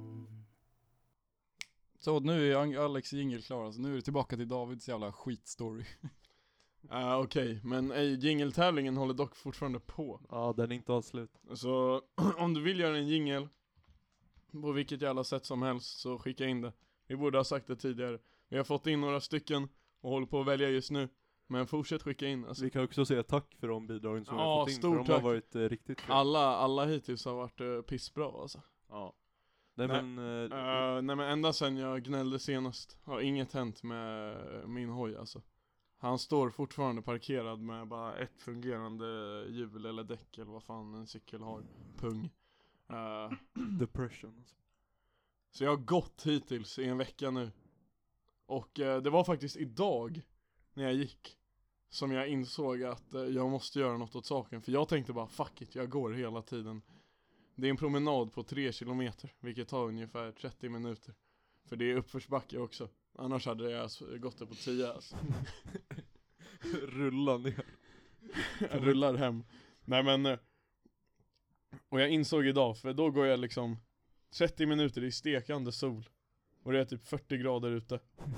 C: Så nu är Alex jingel klar alltså. Nu är det tillbaka till Davids jävla skitstory.
A: Okej, men jingeltävlingen håller dock fortfarande på.
B: Ja, den är inte avslut.
A: Så om du vill göra en jingel på vilket jävla sätt som helst så skicka in det. Vi borde ha sagt det tidigare. Vi har fått in några stycken och håller på att välja just nu. Men fortsätt skicka in alltså.
B: Vi kan också säga tack för de bidragen som vi har fått in.
A: Stort
B: för de
A: tack.
B: har varit riktigt bra.
A: Alla hittills har varit pissbra alltså.
B: Ja. Nej
A: men ända sen jag gnällde senast har inget hänt med min hoj alltså. Han står fortfarande parkerad med bara ett fungerande hjul eller däck eller vad fan en cykel har. Pung.
B: Depression alltså.
A: Så jag har gått hittills i en vecka nu. Och det var faktiskt idag när jag gick som jag insåg att jag måste göra något åt saken. För jag tänkte bara fuck it, jag går hela tiden. Det är en promenad på 3 kilometer, vilket tar ungefär 30 minuter. För det är uppförsbacke också. Annars hade jag gått det på 10 alltså.
B: Rulla ner.
A: Jag rullar hem. Nej men... Och jag insåg idag, för då går jag liksom 30 minuter i stekande sol. Och det är typ 40 grader ute.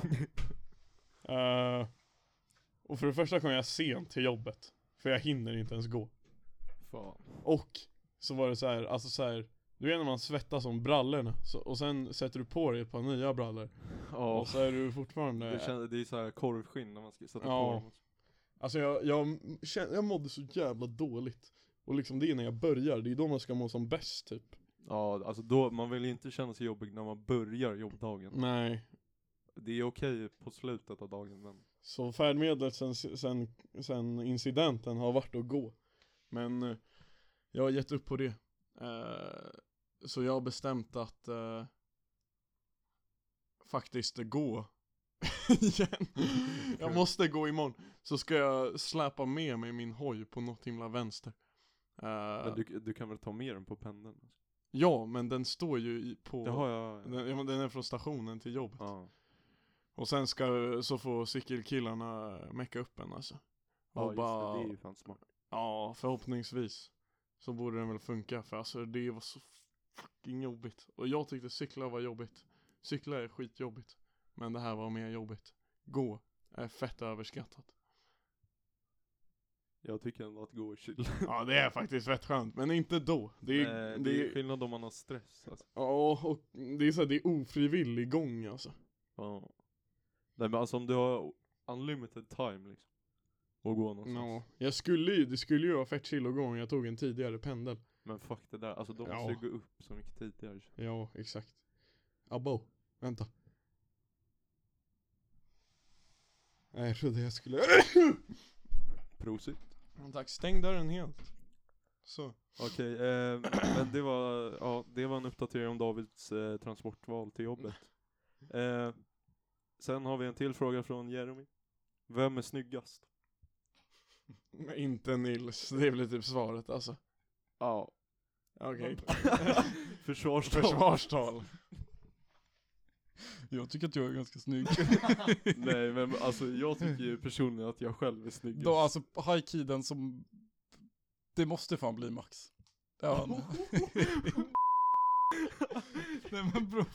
A: Och för det första kommer jag sent till jobbet. För jag hinner inte ens gå.
B: Fan.
A: Och så var det så här, alltså så här, du vet när man svettas som brallorna så, och sen sätter du på dig ett par nya brallor.
B: Ja.
A: Och så är du fortfarande...
B: Det är så här korvskinn när man ska sätta på dem.
A: Alltså jag mådde så jävla dåligt. Och liksom det är när jag börjar, det är då man ska må som bäst typ.
B: Ja, alltså då, man vill inte känna sig jobbig när man börjar jobbdagen.
A: Nej.
B: Det är okej på slutet av dagen, men...
A: Så färdmedlet sen incidenten har varit att gå. Men jag har gett upp på det. Så jag har bestämt att faktiskt gå igen. Jag måste gå imorgon. Så ska jag släpa med mig min hoj på något himla vänster.
B: Men du kan väl ta med den på pendeln?
A: Ja, men den står ju på...
B: Det har jag...
A: Den är från stationen till jobbet.
B: Ja.
A: Och sen så får cykelkillarna mecka upp en alltså.
B: Ja,
A: Och
B: just
A: bara,
B: det är ju fan smart.
A: ja, förhoppningsvis så borde den väl funka. För alltså det var så fucking jobbigt. Och jag tyckte cykla var jobbigt. Cykla är skitjobbigt. Men det här var mer jobbigt. Gå är fett överskattat.
B: Jag tycker ändå att gå är chill.
A: Ja, det är faktiskt fett skönt. Men inte då. Det är
B: skillnad om man har stress alltså.
A: Ja, och det är så här, det är ofrivillig gång alltså.
B: Ja. Nej, men alltså om du har unlimited time liksom. Och gå någonstans.
A: Ja, det skulle ju vara fett chill att gå om jag tog en tidigare pendel.
B: Men fuck det där, alltså de måste ju gå upp så mycket tidigare.
A: Ja, exakt. Abo, vänta. Nej, jag trodde jag skulle...
B: Prosit.
A: Tack, stäng dörren helt. Så.
B: Okej, men det var en uppdatering om Davids transportval till jobbet. Sen har vi en till fråga från Jeremy. Vem är snyggast?
A: Inte Nils, det är väl typ svaret alltså.
B: Ja.
A: Okej.
B: Försvarstal.
C: Jag tycker att jag är ganska snygg.
B: Nej, men alltså jag tycker ju personligen att jag själv är snyggast.
C: Då alltså high key den som... Det måste fan bli Max. Ja. Nej men bro.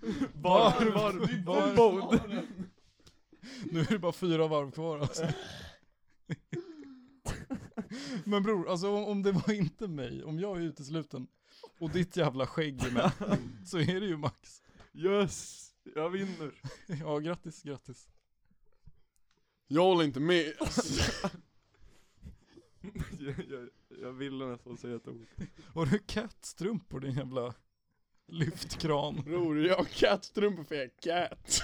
C: Varv. Nu är det bara 4 varv kvar alltså. Men bror, alltså om det var inte mig, om jag är utesluten och ditt jävla skägg är med, så är det ju Max.
B: Yes, jag vinner.
C: Ja, grattis.
A: Jag håller inte med.
B: jag ville nästan säga ett ord.
C: Har du kattstrumpor din jävla lyftkran?
A: Bror, jag har kattstrumpor för jag är cat.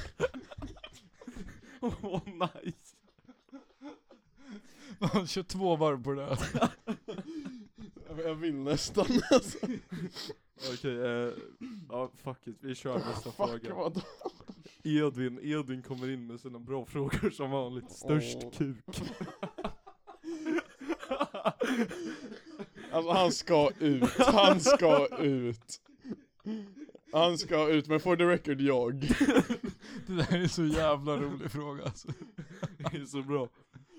B: Nice.
C: Man kör 2 varv på det här.
A: Jag vill nästan alltså.
B: Okej, ja fuck it, vi kör nästa fråga.
A: Vadå?
B: Edvin kommer in med sina bra frågor som vanligt. Störst kuk.
A: Alltså han ska ut, men for the record jag.
C: Det där är så jävla rolig fråga alltså.
B: Det är så bra.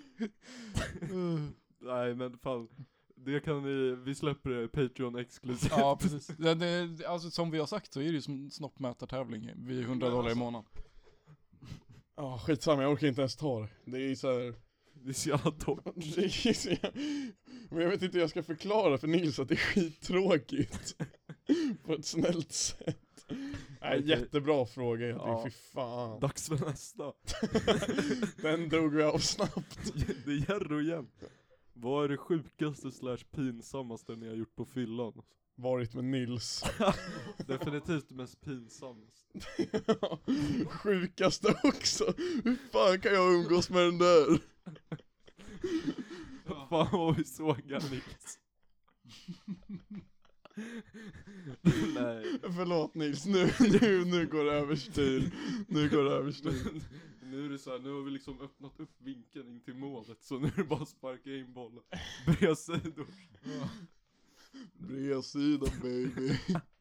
B: Nej men fan, det kan vi släpper det Patreon exklusivt.
C: Ja precis. Alltså som vi har sagt så är det ju som snoppmätartävling vid $100 i månaden.
A: Ja, skitsamma, jag orkar inte ens ta det. Det är så här...
B: Det är så jävla torrt.
A: Men jag vet inte hur jag ska förklara för Nils att det är skittråkigt. På ett snällt sätt. Nej,
B: Okej.
A: Jättebra fråga,
B: Ja.
A: fy fan.
B: Dags för nästa.
A: Den drog vi av snabbt.
B: Det är Jerro igen. Vad är det sjukaste / pinsammaste ni har gjort på fyllan?
A: Varit med Nils.
B: Definitivt mest pinsammast.
A: Sjukaste också. Hur fan kan jag umgås med den där?
B: Fan vad vi sågar Nils. Nej.
A: Förlåt Nils, nu går det överstyr.
B: Nu är det så här, nu har vi liksom öppnat upp vinkeln in till målet. Så nu är det bara att sparka in bollen. Bredsidor.
A: Bredsida baby.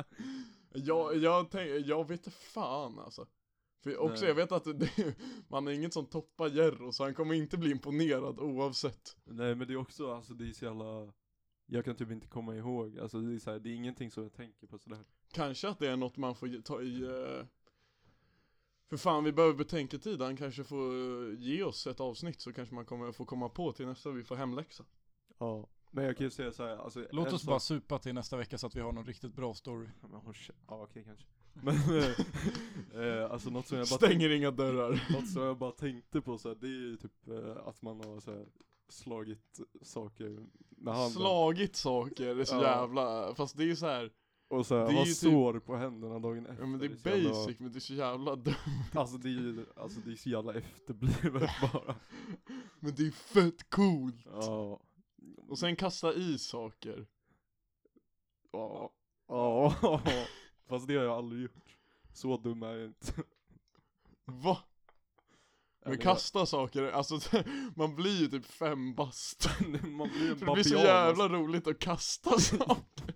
A: Jag vet inte fan alltså. För också
B: Nej.
A: jag vet att man är inget som toppar Jerro, så han kommer inte bli imponerad oavsett.
B: Nej men det är också, alltså det är så jävla... Jag kan typ inte komma ihåg. Alltså det är så här, det är ingenting som jag tänker på sådär.
A: Kanske att det är något man får ta i... För fan, vi behöver betänketid. Han kanske får ge oss ett avsnitt, så kanske man kommer få komma på till nästa vi får hemläxa.
B: Ja. Men jag kan ju säga så här, alltså,
C: Låt oss bara supa till nästa vecka så att vi har någon riktigt bra story.
B: Ja, okej kanske. Men alltså något som jag bara
A: Stänger inga dörrar.
B: något som jag bara tänkte på så här, det är ju typ att man har så här, slagit saker med handen.
A: Slagit saker, det är så jävla, fast det är ju så här.
B: Och så här,
A: det är
B: har
A: ju
B: sår på händerna dagen efter.
A: Ja men det är
B: så jävla,
A: basic, men det är så jävla dumt.
B: alltså det är så jävla efterblivet bara.
A: Men det är fett coolt.
B: Ja.
A: Och sen kasta i saker.
B: Ja. Fast det har jag aldrig gjort. Så dum är jag inte.
A: Va? Men
B: Eller-
A: kasta saker, alltså man blir ju typ 5 bast.
B: Man blir en
A: För det blir så
B: babian,
A: jävla roligt att kasta saker.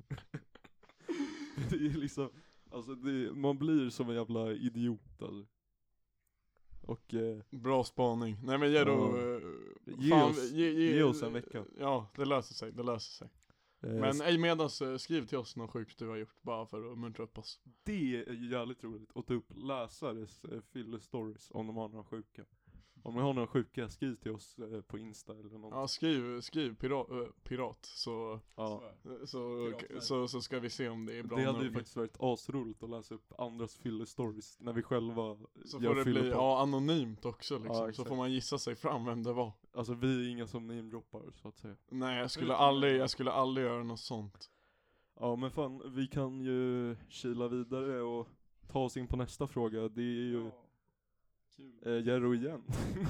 B: Det är liksom, alltså man blir som en jävla idiot alltså. Och
A: Bra spaning. Nej men Jero,
B: ge oss en vecka.
A: Ja, det löser sig. Men ej medans skriv till oss något sjukt du har gjort, bara för att muntra upp oss.
B: Det är ju jävligt roligt att ta upp läsares fylle-stories om de har några sjuka. Om ni har några sjuka, skriv till oss på Insta eller något.
A: Ja, skriv pirat så,
B: Ja.
A: så ska vi se om det är bra
B: Det hade ju
A: nog.
B: faktiskt varit asroligt att läsa upp andras fylle-stories när vi själva
A: Så
B: gör
A: får det bli
B: fyllepodd.
A: anonymt också liksom,
B: Ja,
A: så
B: exakt.
A: får man gissa sig fram vem det var.
B: Alltså vi är inga som namedroppar så att säga.
A: Nej, jag skulle aldrig göra något sånt.
B: Ja men fan, vi kan ju kila vidare och ta oss in på nästa fråga. Det är ju Jero igen.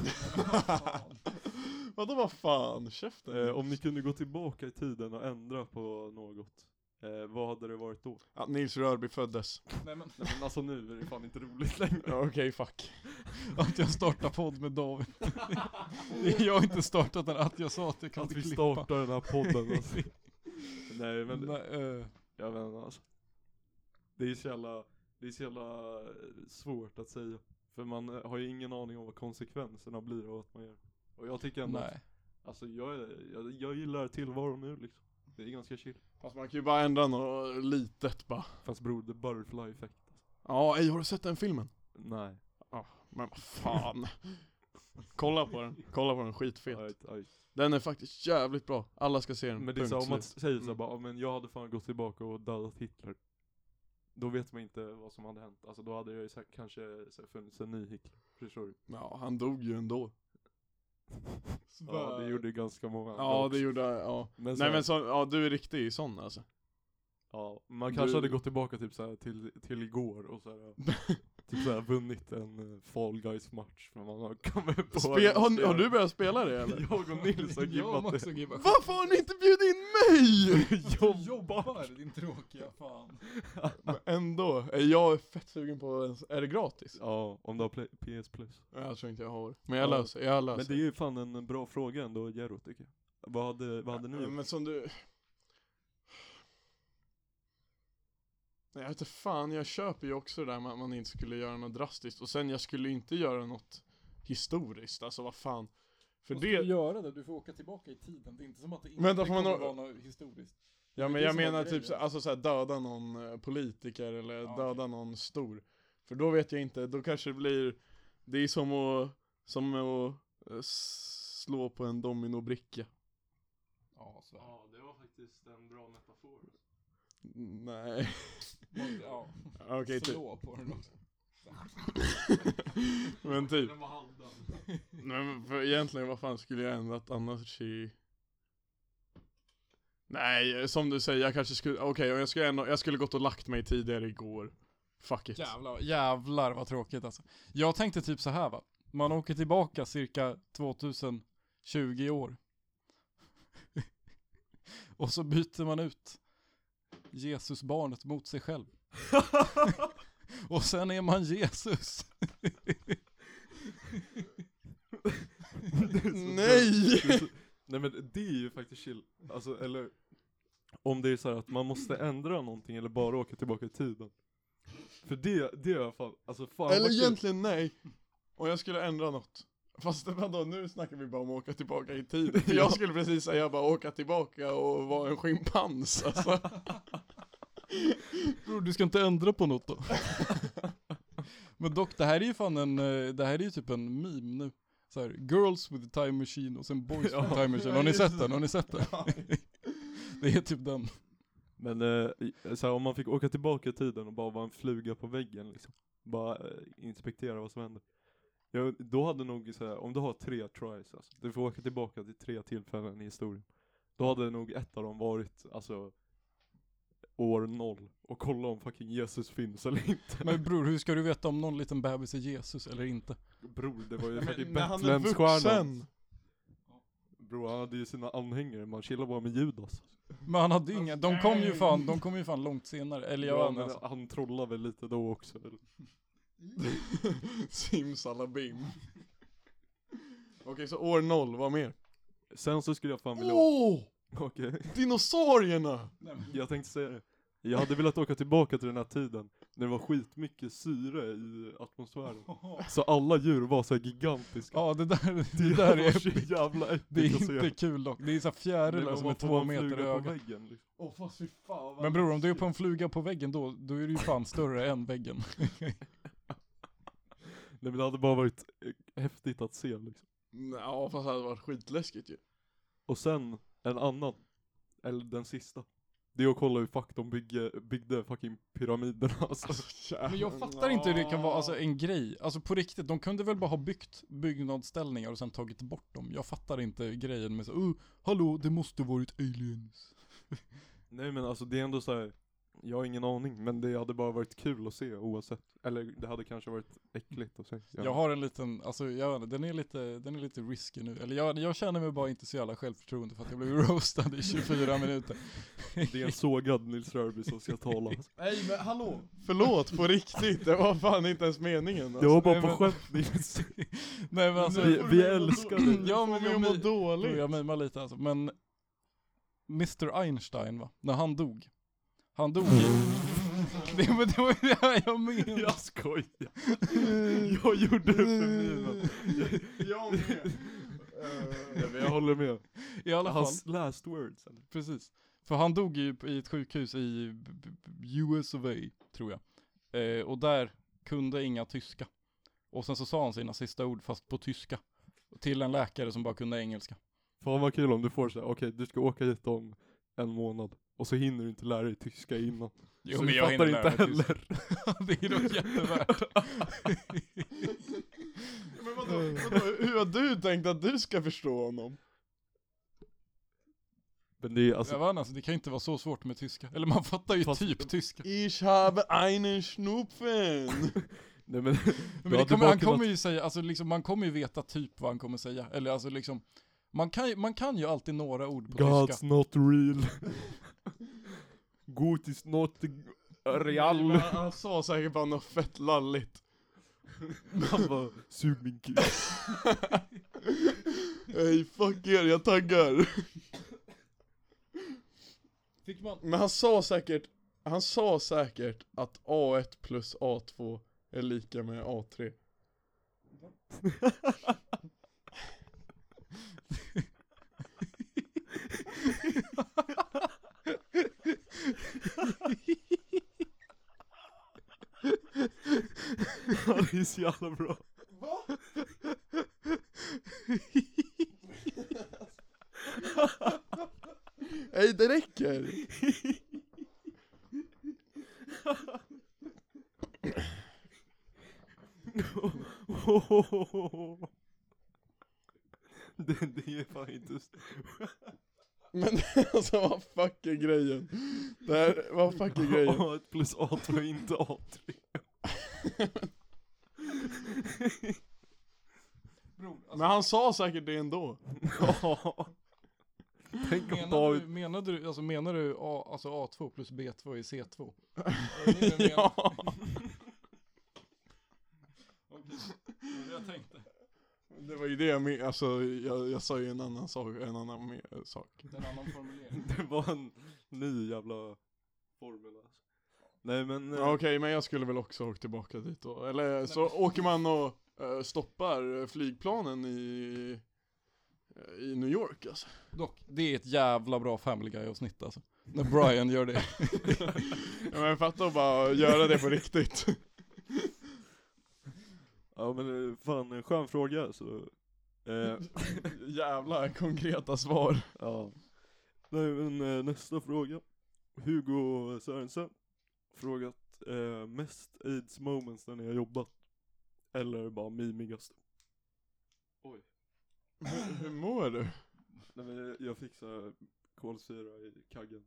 A: Vadå, vad fan? Käften.
B: Om ni kunde gå tillbaka i tiden och ändra på något, vad hade det varit då?
A: Att Nils Rörby föddes.
C: Nej men,
B: Nej, men alltså nu är det fan inte roligt längre.
A: Ja, okej, fuck.
C: att jag startar podd med David. Jag har inte startat den, att jag sa att jag kan
B: Att
C: inte
B: vi
C: klippa.
B: startar den här podden alltså. Nej men,
C: Nej,
B: jag vet inte alltså. Det är så jävla svårt att säga. För man har ju ingen aning om vad konsekvenserna blir av att man gör. Och jag tycker ändå att,
C: nej.
B: alltså jag gillar tillvaron nu liksom. Det är ganska chill.
A: Fast man kan ju bara ändra något litet bara.
B: Fast bror, the butterfly effect.
A: Ja, ej, har du sett den filmen?
B: Nej.
A: Men vad fan. Kolla på den, skitfet.
B: Aj.
A: Den är faktiskt jävligt bra. Alla ska se den.
B: Men det är så, om man
A: slut.
B: säger så bara, men jag hade fan gått tillbaka och dödat Hitler. Då vet man inte vad som hade hänt. Alltså då hade jag ju kanske så här, funnits en ny Hitler. Förstår du?
A: Ja, han dog ju ändå.
B: Ja, det gjorde ganska många.
A: Ja,
B: också.
A: det gjorde, ja.
B: Men så
A: Nej
B: här,
A: men så, ja, du är riktig sån alltså.
B: ja, man kanske
A: Du-
B: hade gått tillbaka typ så här, till igår och så här, typ så här, vunnit en Fall Guys match. Men man har kommit på
A: Har du börjat spela det eller?
B: Jag och Nils har gibbat det.
A: Varför har ni inte bjudit in mig?
C: Jobbar, din tråkiga fan.
A: Men ändå, jag är fett sugen på, är det gratis?
B: Ja, om du har PS Plus.
A: Jag tror inte jag har. Men jag
B: Ja.
A: löser.
B: Men det är ju fan en bra fråga ändå, Jero tycker jag. Vad hade ni gjort?
A: Men som du... Nej, jag vet inte fan, jag köper ju också det där med att man inte skulle göra något drastiskt. Och sen jag skulle inte göra något historiskt, alltså vad fan. För
C: Måste
A: det...
C: du göra det? Du får åka tillbaka i tiden. Det är inte som att det inte
A: Vänta, får man
C: kommer
A: nå-
C: vara något historiskt.
A: Ja men
C: det
A: jag
C: som var
A: menar
C: grejen.
A: typ så, alltså så här, döda någon politiker eller
C: Ja,
A: döda någon stor. För då vet jag inte, då kanske det blir, det är som att slå på en dominobricka.
C: Ja, så.
B: Ja, det var faktiskt en bra metafor.
A: Nej.
C: Ja.
A: Okej, typ.
C: Slå på den också.
A: Men typ.
B: Den var halvdan.
A: Nej men för egentligen vad fan skulle jag ändrat annars i... Nej, som du säger, jag kanske skulle, okej, jag skulle gått och lagt mig tidigare igår. Fuck it.
C: Jävlar vad tråkigt alltså. Jag tänkte typ så här va. Man åker tillbaka cirka 2020 år. Och så byter man ut Jesusbarnet mot sig själv. Och sen är man Jesus.
A: Nej!
B: Nej men det är ju faktiskt chill. Alltså eller om det är så här att man måste ändra någonting eller bara åka tillbaka i tiden. För det är i alla fall, alltså fan
A: Eller
B: vad kul.
A: egentligen nej. Och jag skulle ändra något. Fast vadå, nu snackar vi bara om att åka tillbaka i tiden. För jag skulle precis säga bara åka tillbaka och vara en schimpans alltså.
C: Bror, du ska inte ändra på något då. Men dock, det här är ju fan det här är ju typ en meme nu. så här, Girls with a time machine och sen Boys with a time machine. Har ni sett den? Det är typ den.
B: Men så här, om man fick åka tillbaka i tiden och bara vara en fluga på väggen liksom. Bara inspektera vad som händer. Då hade nog så här, om du har 3 tries alltså, du får åka tillbaka till 3 tillfällen i historien. Då hade nog ett av dem varit alltså år 0 och kolla om fucking Jesus finns eller inte.
C: Men bror, hur ska du veta om någon liten bebis är Jesus eller inte?
B: Bror, det var ju fucking
A: Men han är
B: Betlehemsstjärnan.
A: vuxen.
B: Bror, han hade ju sina anhängare, man chillar bara med Judas.
C: Men han hade inga, de kom ju fan långt senare. Eller jag
B: men
C: alltså.
B: han trollar väl lite då också.
A: Simsalabim. Okej, så år 0, vad mer?
B: Sen så skulle jag fan vilja... Okej.
A: Dinosaurierna!
B: Jag tänkte säga det. Jag hade velat åka tillbaka till den här tiden när det var skitmycket syre i atmosfären. Så alla djur var så här gigantiska.
C: Ja, det där
B: var
C: är
B: så jävla äckligt.
C: det är
B: att se.
C: inte kul dock. Det är så här fjärilar som är 2 meter i ögat.
B: Väggen, liksom.
A: Fast fy fan.
C: Men bror, om du är på en fluga på väggen då är det ju fan större än väggen.
B: Nej, men det hade bara varit häftigt att se liksom.
A: Ja, fast det hade varit skitläskigt ju.
B: Och sen en annan, eller den sista. Det är att kolla hur fuck de byggde fucking pyramiderna alltså.
C: Men jag fattar inte hur det kan vara alltså, en grej. Alltså på riktigt, de kunde väl bara ha byggt byggnadsställningar och sen tagit bort dem. Jag fattar inte grejen med så, hallå, det måste varit aliens.
B: Nej men alltså det är ändå så här. Jag har ingen aning, men det hade bara varit kul att se oavsett. Eller det hade kanske varit äckligt att se.
C: Jag har en liten, alltså den är lite risky nu. Eller jag känner mig bara inte så jävla självförtroende för att jag blev roastad i 24 minuter.
B: Det är en sågad Nils Rörby som ska tala.
A: Nej men hallå, förlåt på riktigt, det var fan inte ens meningen alltså.
B: Det var bara
C: nej,
B: på
C: men-
B: skämt Nils.
C: Nej men alltså,
B: Vi älskar det.
C: ja men
A: jag mår dåligt.
C: jag mimar lite alltså. Men Mr. Einstein va, när han dog i... det var det jag menade.
B: Jag skojar. Jag gjorde det för mina.
A: Jag med.
B: Men jag håller med.
C: I alla fall,
B: Hans last words. Eller?
C: precis. För han dog ju i ett sjukhus i US of A, tror jag. Och där kunde inga tyska. Och sen så sa han sina sista ord fast på tyska. Till en läkare som bara kunde engelska.
B: Fan vad kul om du får så här, okej, du ska åka hit om en månad. Och så hinner du inte lära dig tyska innan.
C: Jo,
B: så
C: men
B: du
C: jag
B: fattar
C: hinner
B: inte
C: lära mig tyska.
B: heller.
C: Det är nog jättevärt.
A: Men vadå, hur har du tänkt att du ska förstå honom?
B: Men det är alltså...
C: Jag vet inte, alltså, det kan inte vara så svårt med tyska. Eller man fattar ju
B: Fast-
C: typ tyska.
A: Ich habe einen Schnupfen.
B: Nej men...
C: Men det kommer, han kommer ju säga, alltså liksom, man kommer ju veta typ vad han kommer säga. Eller alltså liksom, man kan ju alltid några ord på
B: God's
C: tyska.
B: not real. God is not real.
A: Men han sa säkert bara något fett lalligt.
B: Han bara, sug min kuk.
A: Hey fuck er, jag taggar.
C: Fick man...
A: Men han sa säkert att A1 plus A2 är lika med A3.
B: Ja, det är så jävla bra.
A: Nej, det räcker.
B: Det är fan inte...
A: Men alltså vad fuck är grejen? Det här, vad fuck är grejen?
B: A1 plus A2 är inte A3.
C: Bro, alltså,
A: Men han sa säkert det ändå.
B: Ja. Tänk om David...
C: menar du alltså A2 plus B2 är C2? Är det det du menar?
A: Ja.
C: Okej, det var det jag tänkte.
A: Det var ju det jag med, alltså jag sa ju en annan sak.
C: En annan formulering.
B: Det var en ny jävla formel alltså. Nej men...
A: Okej, men jag skulle väl också åka tillbaka dit då. Eller så åker man och stoppar flygplanen i New York alltså.
C: Dock, det är ett jävla bra Family Guy-avsnitt alltså. När Brian gör det.
A: Ja, men fatta att bara göra det på riktigt.
B: Ja men fan, en skön fråga så
A: Jävla konkreta svar.
B: Ja. Nej, men nästa fråga. Hugo Sörensen frågat mest AIDS moments när ni har jobbat. Eller bara mimigast. Oj.
A: Hur mår du?
B: Nej, men jag fick så här kolsyra i kaggen.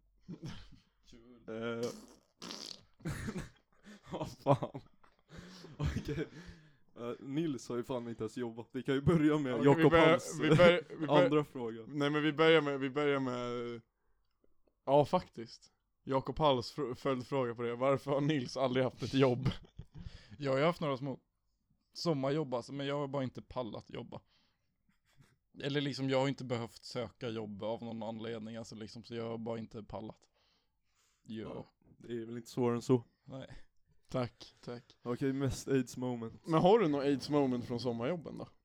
B: Vad fan. Okej. Nils har ju fan inte ens jobbat. Vi kan ju börja med
A: Okej,
B: Jakob Halls
A: vi börjar-
B: andra fråga.
A: Nej, men vi börjar med ja, faktiskt. Jakob Halls följdfråga på det. Varför har Nils aldrig haft ett jobb?
C: Jag har ju haft några små sommarjobb alltså, men jag har bara inte pallat jobba. Eller liksom, jag har inte behövt söka jobb av någon anledning alltså liksom, så jag har bara inte pallat.
B: Ja, det är väl inte svårare än så.
C: Nej.
A: Tack.
B: Okej, mest AIDS moment.
A: Men har du något AIDS moment från sommarjobben då?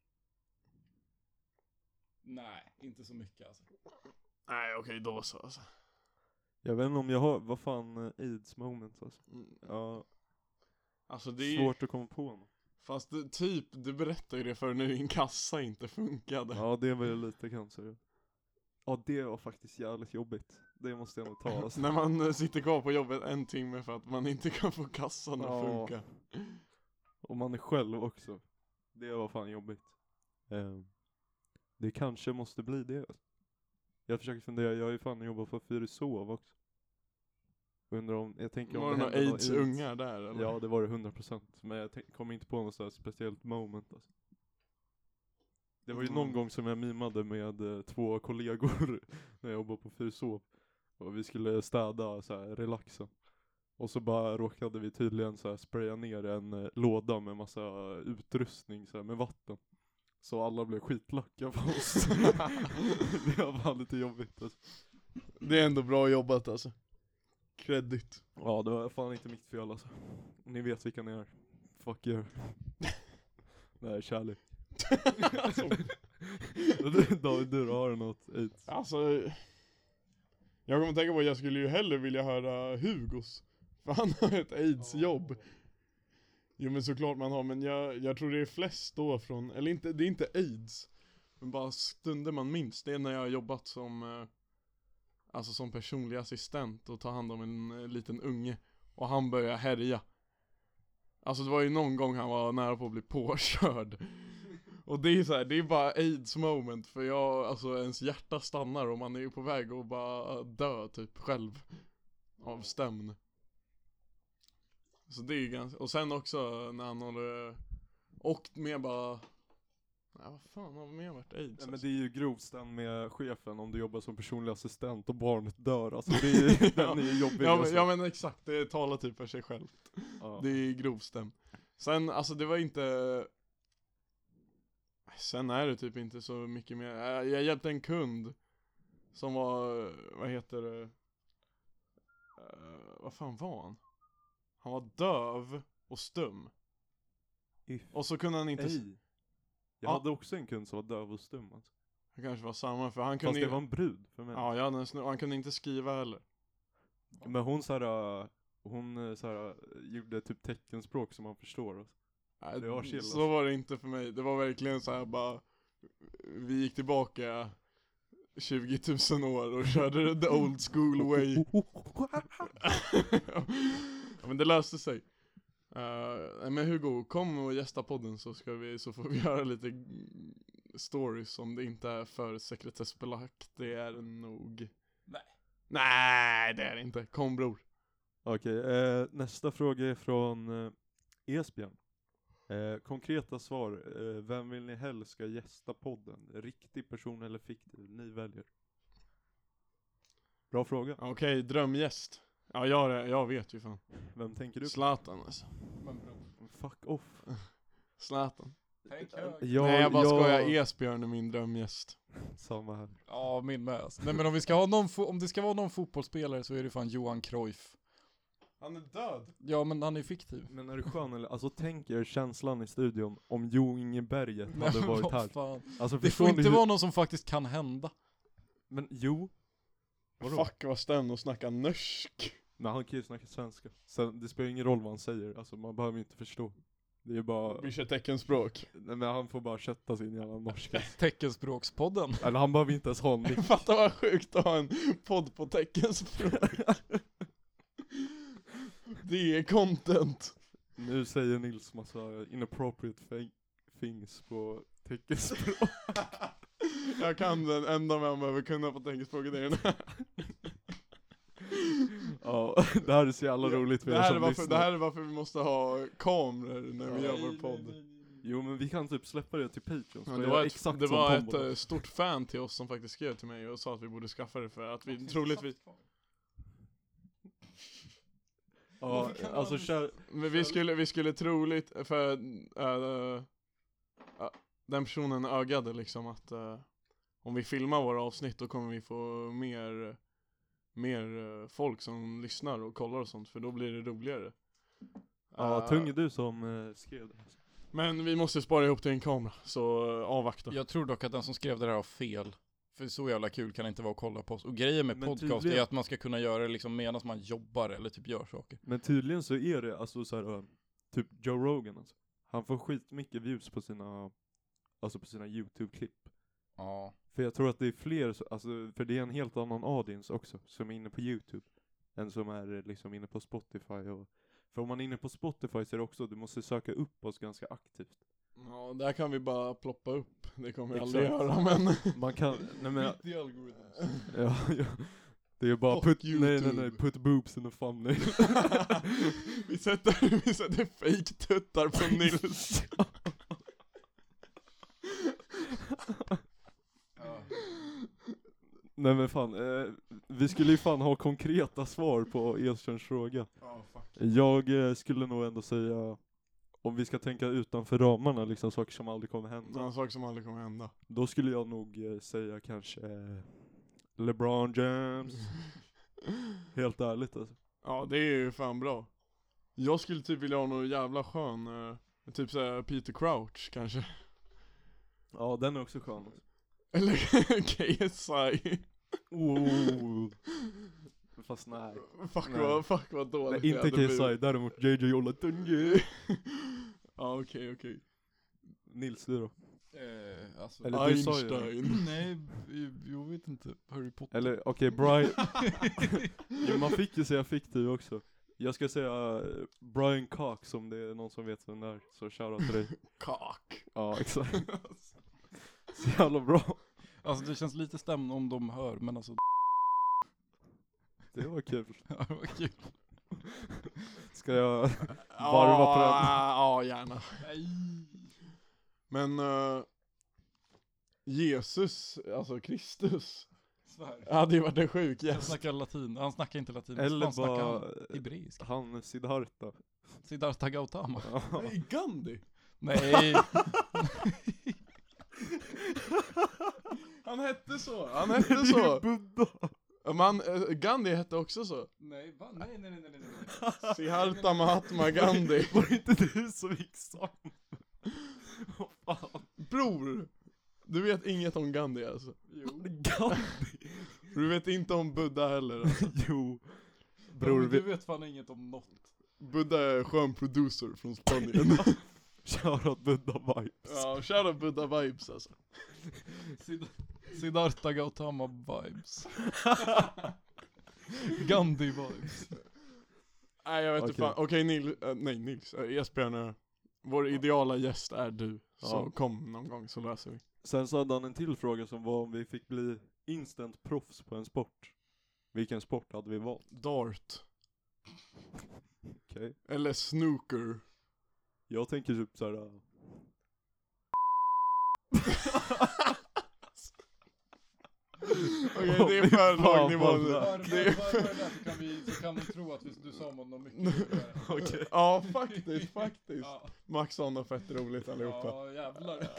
C: Nej, inte så mycket alltså.
A: Nej, okej, då så alltså.
B: Jag vet inte om jag har, vad fan AIDS moment alltså. Ja,
A: Alltså det är
B: svårt att komma på något.
A: Fast du berättade ju det för nu din kassa inte funkade.
B: Ja, det var ju lite cancer. Ja, det var faktiskt jävligt jobbigt. Det måste jag nog ta alltså.
A: När man sitter kvar på jobbet en timme för att man inte kan få kassan att funka.
B: Och man är själv också. Det var fan jobbigt. Det kanske måste bli det. Jag försöker fundera, jag har ju fan jobbat på Fyrisov också. Undrar om, jag tänker om
A: Var det några
B: hände
A: AIDS-ungar där eller?
B: Ja, det var det 100%. Men jag kommer inte på något så här speciellt moment alltså. Det var ju någon gång som jag mimade med 2 kollegor när jag jobbade på Fyrisov. Och vi skulle städa så här relaxa. Och så bara råkade vi tydligen så här spraya ner en låda med massa utrustning så här, med vatten. Så alla blev skitlacka på oss. Det var fan lite jobbigt alltså.
A: Det är ändå bra jobbat alltså. Credit.
B: Ja, det var fan inte mitt fel alltså. Ni vet vilka ni är. Fuck you. Nej, kärlek.
A: Alltså,
B: David, du har något AIDS.
A: alltså, jag kommer tänka på att jag skulle ju hellre vilja höra Hugos. För han har ett AIDS-jobb. Jo men såklart man har, men jag tror det är flest då från, eller inte, det är inte AIDS. Men bara stunder man minns. Det är när jag har jobbat som alltså som personlig assistent och ta hand om en liten unge. Och han börjar härja. Alltså det var ju någon gång han var nära på att bli påkörd. Och det är så här, det är bara AIDS moment. För alltså ens hjärta stannar och man är ju på väg att bara dö typ själv. Av stämn. Så det är ju ganska, och sen också när han håller, och med bara, nej vad fan har mer varit AIDS?
B: Nej, men det är ju grovstan med chefen om du jobbar som personlig assistent och barnet dör. Alltså det är ju, den är ju jobbig.
A: Ja men exakt, det talar typ för sig själv.
B: Ja.
A: Det är grovstäm. Sen, alltså det var inte, sen är det typ inte så mycket mer. Jag hjälpte en kund som var, vad heter det, vad fan var han? Han var döv och stum. Och så kunde han inte...
B: Ej. Jag hade också en kund som var döv och stum alltså.
A: Det kanske var samma, för han kunde...
B: Fast det var en brud för mig.
A: Ja, han kunde inte skriva heller.
B: Men hon såhär gjorde typ teckenspråk som man förstår alltså. Det var chill,
A: så var det inte för mig. Det var verkligen så här bara... Vi gick tillbaka 20 000 år och körde the old school way. Ja, men det löste sig. Men Hugo, kom och gästa podden så får vi göra lite stories om det inte är för sekretessbelagt. Det är nog... Nej, det är det inte. Kom bror.
B: Okej, nästa fråga är från Esbjörn. Konkreta svar. Vem vill ni helst ska gästa podden? Riktig person eller fiktiv? Ni väljer. Bra fråga.
A: Okej, drömgäst. Ja, jag vet ju fan.
B: Vem tänker du på?
A: Zlatan alltså.
B: Fuck off.
A: Zlatan.
C: Tänk högt.
A: Nej, jag bara skojar. Esbjörn är min drömgäst.
B: Samma här.
C: Ja, min med alltså. Nej men om vi ska ha om det ska vara någon fotbollsspelare så är det fan Johan Cruyff.
A: Han är död.
C: Ja men han är fiktiv.
B: Men är du skön eller? Alltså tänk er känslan i studion om Jo Ingeberget hade varit här.
C: Fan.
B: Alltså,
C: Det får inte vara någon som faktiskt kan hända.
B: Men jo. Vadå?
A: Fuck vad stämd och snacka norsk.
B: Men han kan ju snacka svenska. Sen, det spelar ingen roll vad han säger. Alltså man behöver ju inte förstå. Det är bara...
A: Vi kör teckenspråk.
B: Nej, men han får bara sätta sin jävla norska.
C: Teckenspråkspodden.
B: Eller han behöver inte ens ha en mick.
A: Fatta vad sjukt att ha en podd på teckenspråk. Det är content.
B: Nu säger Nils massa inappropriate things på teckenspråk.
A: Jag kan den enda man behöver kunna på teckenspråket är den här.
B: Ja, det här är så jävla roligt för
A: det
B: er
A: här,
B: som
A: är
B: lyssnar.
A: det här är varför vi måste ha kameror när vi gör vår podd.
B: Jo, men vi kan typ släppa det till Patreon.
A: Ja, det var ett stort fan till oss som faktiskt skrev till mig och sa att vi borde skaffa det för att vi troligtvis...
B: Ja, alltså
A: Men vi skulle troligt, för den personen ögade liksom att om vi filmar våra avsnitt då kommer vi få mer folk som lyssnar och kollar och sånt, för då blir det roligare.
B: Ja, tung är du som skrev det.
A: Men vi måste spara ihop till en kamera, så avvakta.
C: Jag tror dock att den som skrev det här har fel. För så jävla kul kan det inte vara att kolla på oss. Och grejen med
B: Men
C: podcast
B: tydligen...
C: är att man ska kunna göra det liksom medan man jobbar eller typ gör saker.
B: Men tydligen så är det alltså så här, typ Joe Rogan alltså. Han får skitmycket views på sina YouTube-klipp.
C: Ja.
B: För jag tror att det är fler, alltså, för det är en helt annan audience också som är inne på YouTube än som är liksom inne på Spotify. För om man är inne på Spotify så är det också, du måste söka upp oss ganska aktivt.
A: Ja, där kan vi bara ploppa upp. Det kommer vi
B: Exakt.
A: aldrig göra, men...
B: Man kan, nej men...
A: The algorithms.
B: Ja. Det är bara
A: Fuck
B: nej, put boobs in a thumbnail.
A: vi sätter fake tuttar på Nils.
B: Nej men fan, vi skulle ju fan ha konkreta svar på Edströms fråga. Jag skulle nog ändå säga, om vi ska tänka utanför ramarna, liksom saker som aldrig kommer hända.
A: Sådana saker som aldrig kommer hända.
B: Då skulle jag nog säga kanske LeBron James. Helt ärligt alltså.
A: Ja, det är ju fan bra. Jag skulle typ vilja ha någon jävla skön, typ såhär Peter Crouch kanske.
B: Ja, den är också skön.
A: Eller KSI.
B: Oh. Fast nej.
A: Fuck vad dåligt.
B: Nej, inte KSI, däremot JJ Olatungi.
A: Ja, okej.
B: Nils, du då?
C: Alltså,
B: Eller du sa ju det.
A: Einstein.
C: nej, jag vet inte. Harry Potter.
B: Eller okej, Brian. Jo, man fick ju säga fiktiv också. Jag ska säga Brian Cox, om det är någon som vet vem det är. Så shoutout till dig.
A: Cock.
B: Ja, exakt. Så jävla bra.
C: Alltså det känns lite stämd om de hör, men alltså...
B: Det var kul.
C: Ja, det var kul.
B: Ska jag varva på den?
A: Ja, gärna. Men Jesus, alltså Kristus, hade ju varit en sjuk
C: Han
A: gäst.
C: snackar latin. Han snackar inte latin.
B: Eller
C: Han snackar
B: bara
C: hebreisk.
B: han Siddhartha.
C: Siddhartha Gautama.
B: Ja.
A: Nej, Gandhi.
C: Nej.
A: Han hette så.
B: Det är ju Buddha.
A: Man, Gandhi hette också så.
C: Nej, va? Nej.
A: Siddhartha Mahatma Gandhi.
B: Var det inte du som gick samman? Vad fan?
A: Bror, du vet inget om Gandhi alltså.
B: Jo. Gandhi.
A: Du vet inte om Buddha heller alltså.
B: Jo.
C: Bror, du vet fan inget om något.
A: Buddha är skön producer från Spanien.
B: Shoutout Buddha vibes.
A: Ja, shoutout Buddha vibes alltså.
C: Siddhartha Gautama vibes. Gandhi vibes.
A: Nej, jag vet inte fan. Okej, Nils. Esbjörn, vår ideala gäst är du. Så
B: Ja.
A: kom någon gång så löser vi.
B: Sen så hade han en till fråga som var om vi fick bli instant proffs på en sport. Vilken sport hade vi valt?
A: Dart.
B: Okej.
A: Eller snooker.
B: Jag tänker typ såhär...
A: Okej, det är för låg nivå nu.
C: Så kan de tro att du sa något mycket roligare.
B: Okej.
A: Ja, faktiskt. Max sa något fett roligt allihopa.
C: Ja, jävlar.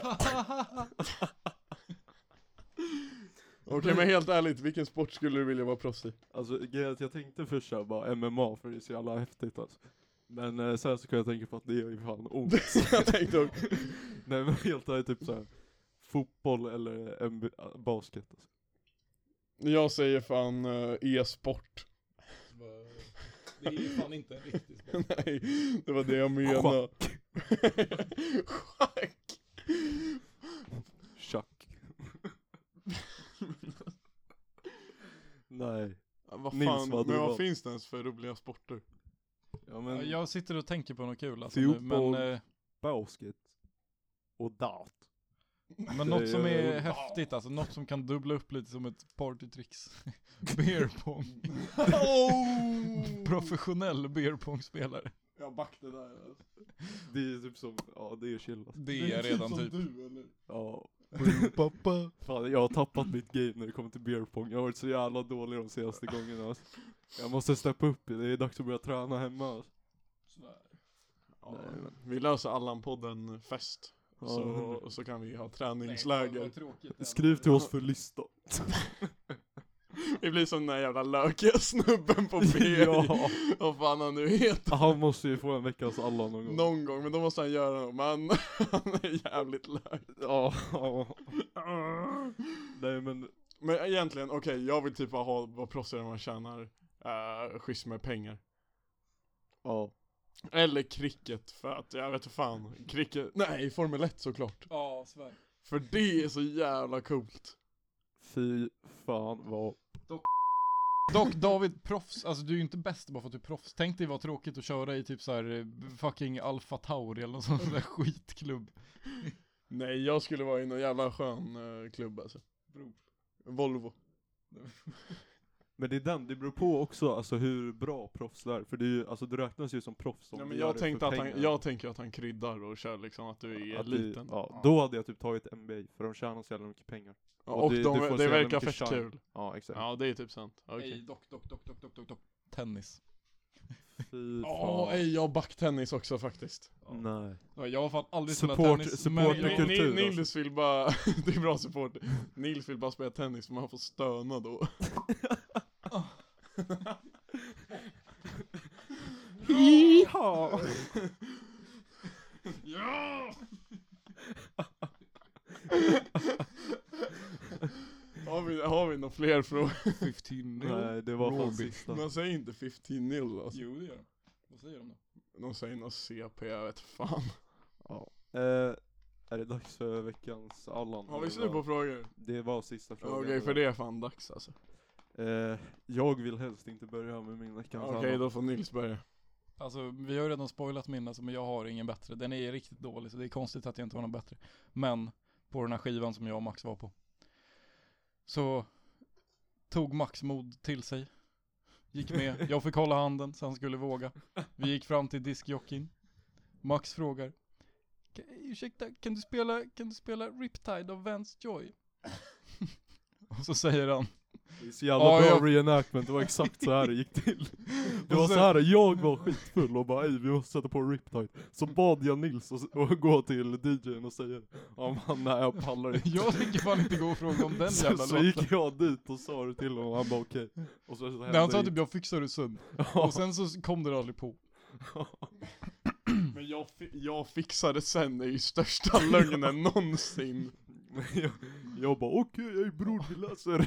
A: Okej, men helt ärligt, vilken sport skulle du vilja vara proffs i?
B: Alltså jag tänkte först såhär bara MMA, för det är så jävla häftigt alltså. Men sen så kan jag tänka på att det är ju fan ont.
A: Jag tänkte också.
B: Nej men helt ärligt typ såhär fotboll eller basket alltså.
A: Jag säger fan e-sport.
C: Det är fan inte en riktig sport.
A: Nej, det var det jag menade. Schack.
B: Schack. Nej.
A: Ja, vad
B: Nils,
A: fan,
B: vad
A: men
B: du
A: vad
B: var.
A: finns det ens för roliga sporter?
B: Ja, men
C: Jag sitter och tänker på något kul alltså, nu,
B: Fotboll.
C: men
B: basket och dart.
C: något som är
B: Ja.
C: häftigt alltså, något som kan dubbla upp lite som ett partytricks. Beer pong.
A: Oh!
C: Professionell beer pong-spelare.
A: Jag backade där alltså.
B: Det är typ som, ja det är chill alltså.
C: Det är redan
A: som
C: typ.
A: du eller?
B: Ja. Pappa. Fan, jag har tappat mitt game när det kommer till beer pong. Jag har varit så jävla dålig de senaste gångerna alltså. Jag måste steppa upp, det är dags att börja träna hemma alltså.
A: Ja,
B: Nej, men-
A: vi löser Allan-podden fest.
B: Ja,
A: Så kan vi ha träningsläger.
B: skriv till oss för lista.
A: Vi blir som den där jävla lökiga snubben på BR.
B: Ja.
A: Vad fan han nu heter.
B: Han måste ju få en veckas alla någon gång.
A: Någon gång, men då måste han göra något. Men han är jävligt lök.
B: Ja. Nej men,
A: Men egentligen, okej, jag vill typ vara proffsigare när man tjänar schysst med pengar.
B: ja.
A: Eller cricket, för att jag vet inte fan. Cricket, nej, Formel 1 såklart.
C: Ja, svär.
A: För det är så jävla coolt.
B: Fy fan vad.
C: Dock David, proffs, alltså du är ju inte bäst bara för att du är proffs. Tänk dig vad tråkigt att köra i typ så här fucking Alfa Tauri eller någon sån där skitklubb.
A: Nej, jag skulle vara i någon jävla skön klubb alltså. Volvo.
B: Men det är det beror på också, alltså hur bra proffs det är. För det är ju, alltså det räknas ju som proffs om
A: Ja,
B: du
A: men
B: gör
A: jag
B: det
A: tänkte
B: för
A: att
B: pengar.
A: jag tänker att han kryddar och kör liksom att du är
B: Att
A: liten.
B: ja, då hade jag typ tagit NBA, för de tjänar så jävla mycket pengar.
A: Ja,
B: och
A: och
B: du får så
A: det
B: jävla
A: verkar
B: mycket
A: fett
B: charm.
A: kul.
B: Ja, exakt.
A: Ja, det är typ sant. Okej.
C: Ej, dock. Tennis.
B: Fy
A: Ja,
B: fan.
A: jag har backttennis också faktiskt.
B: Nej.
C: Ja, jag har fan aldrig spelat
B: Support-
C: tennis.
B: support
C: men
B: med kultur.
A: Nils vill bara, det är bra support. Nils vill bara spela tennis för man får stöna då.
B: Jiha!
A: Ja! Har vi några fler frågor?
C: 15
B: Nej, det var fan
C: Robin.
B: sista.
A: Man säger inte 15-0 alltså.
C: Jo, det gör de. Vad säger de då?
A: De säger något CP, jag vet fan.
B: Ja. Är det dags för veckans Allan?
A: Har vi slut på frågor?
B: Det var sista frågan.
A: Okej, för det är fan dags alltså.
B: Jag vill helst inte börja med min veckans
A: Okej,
B: Allan.
A: då får Nils börja.
C: Alltså, vi har ju redan spoilat min alltså, men jag har ingen bättre. Den är riktigt dålig, så det är konstigt att jag inte har någon bättre. Men, på den här skivan som jag och Max var på, så tog Max mod till sig. Gick med, jag fick hålla handen så han skulle våga. Vi gick fram till diskjockeyn. Max frågar: ursäkta, kan du spela Riptide av Vance Joy? Och så säger han:
B: Det är så jävla
C: Ja,
B: bra
C: jag-
B: reenactment, det var exakt så här det gick till. Det var
C: Och
B: så
C: sen-
B: här, jag var skitfull och bara, vi måste sätta på Riptide. Så bad jag Nils att gå till DJn och säga, ja man, nej jag pallar inte.
C: jag tänker fan inte gå och fråga om den
B: Så,
C: jävla
B: så
C: låten.
B: gick jag dit och sa det till honom och han bara okej. Och så hände
C: Nej, han sa
B: det
C: typ jag fixar det sen.
B: inte.
C: Och sen så kom det aldrig på.
A: Men jag fixade sen är ju största lögnen någonsin.
B: Men jag bara okej, bror vi läser.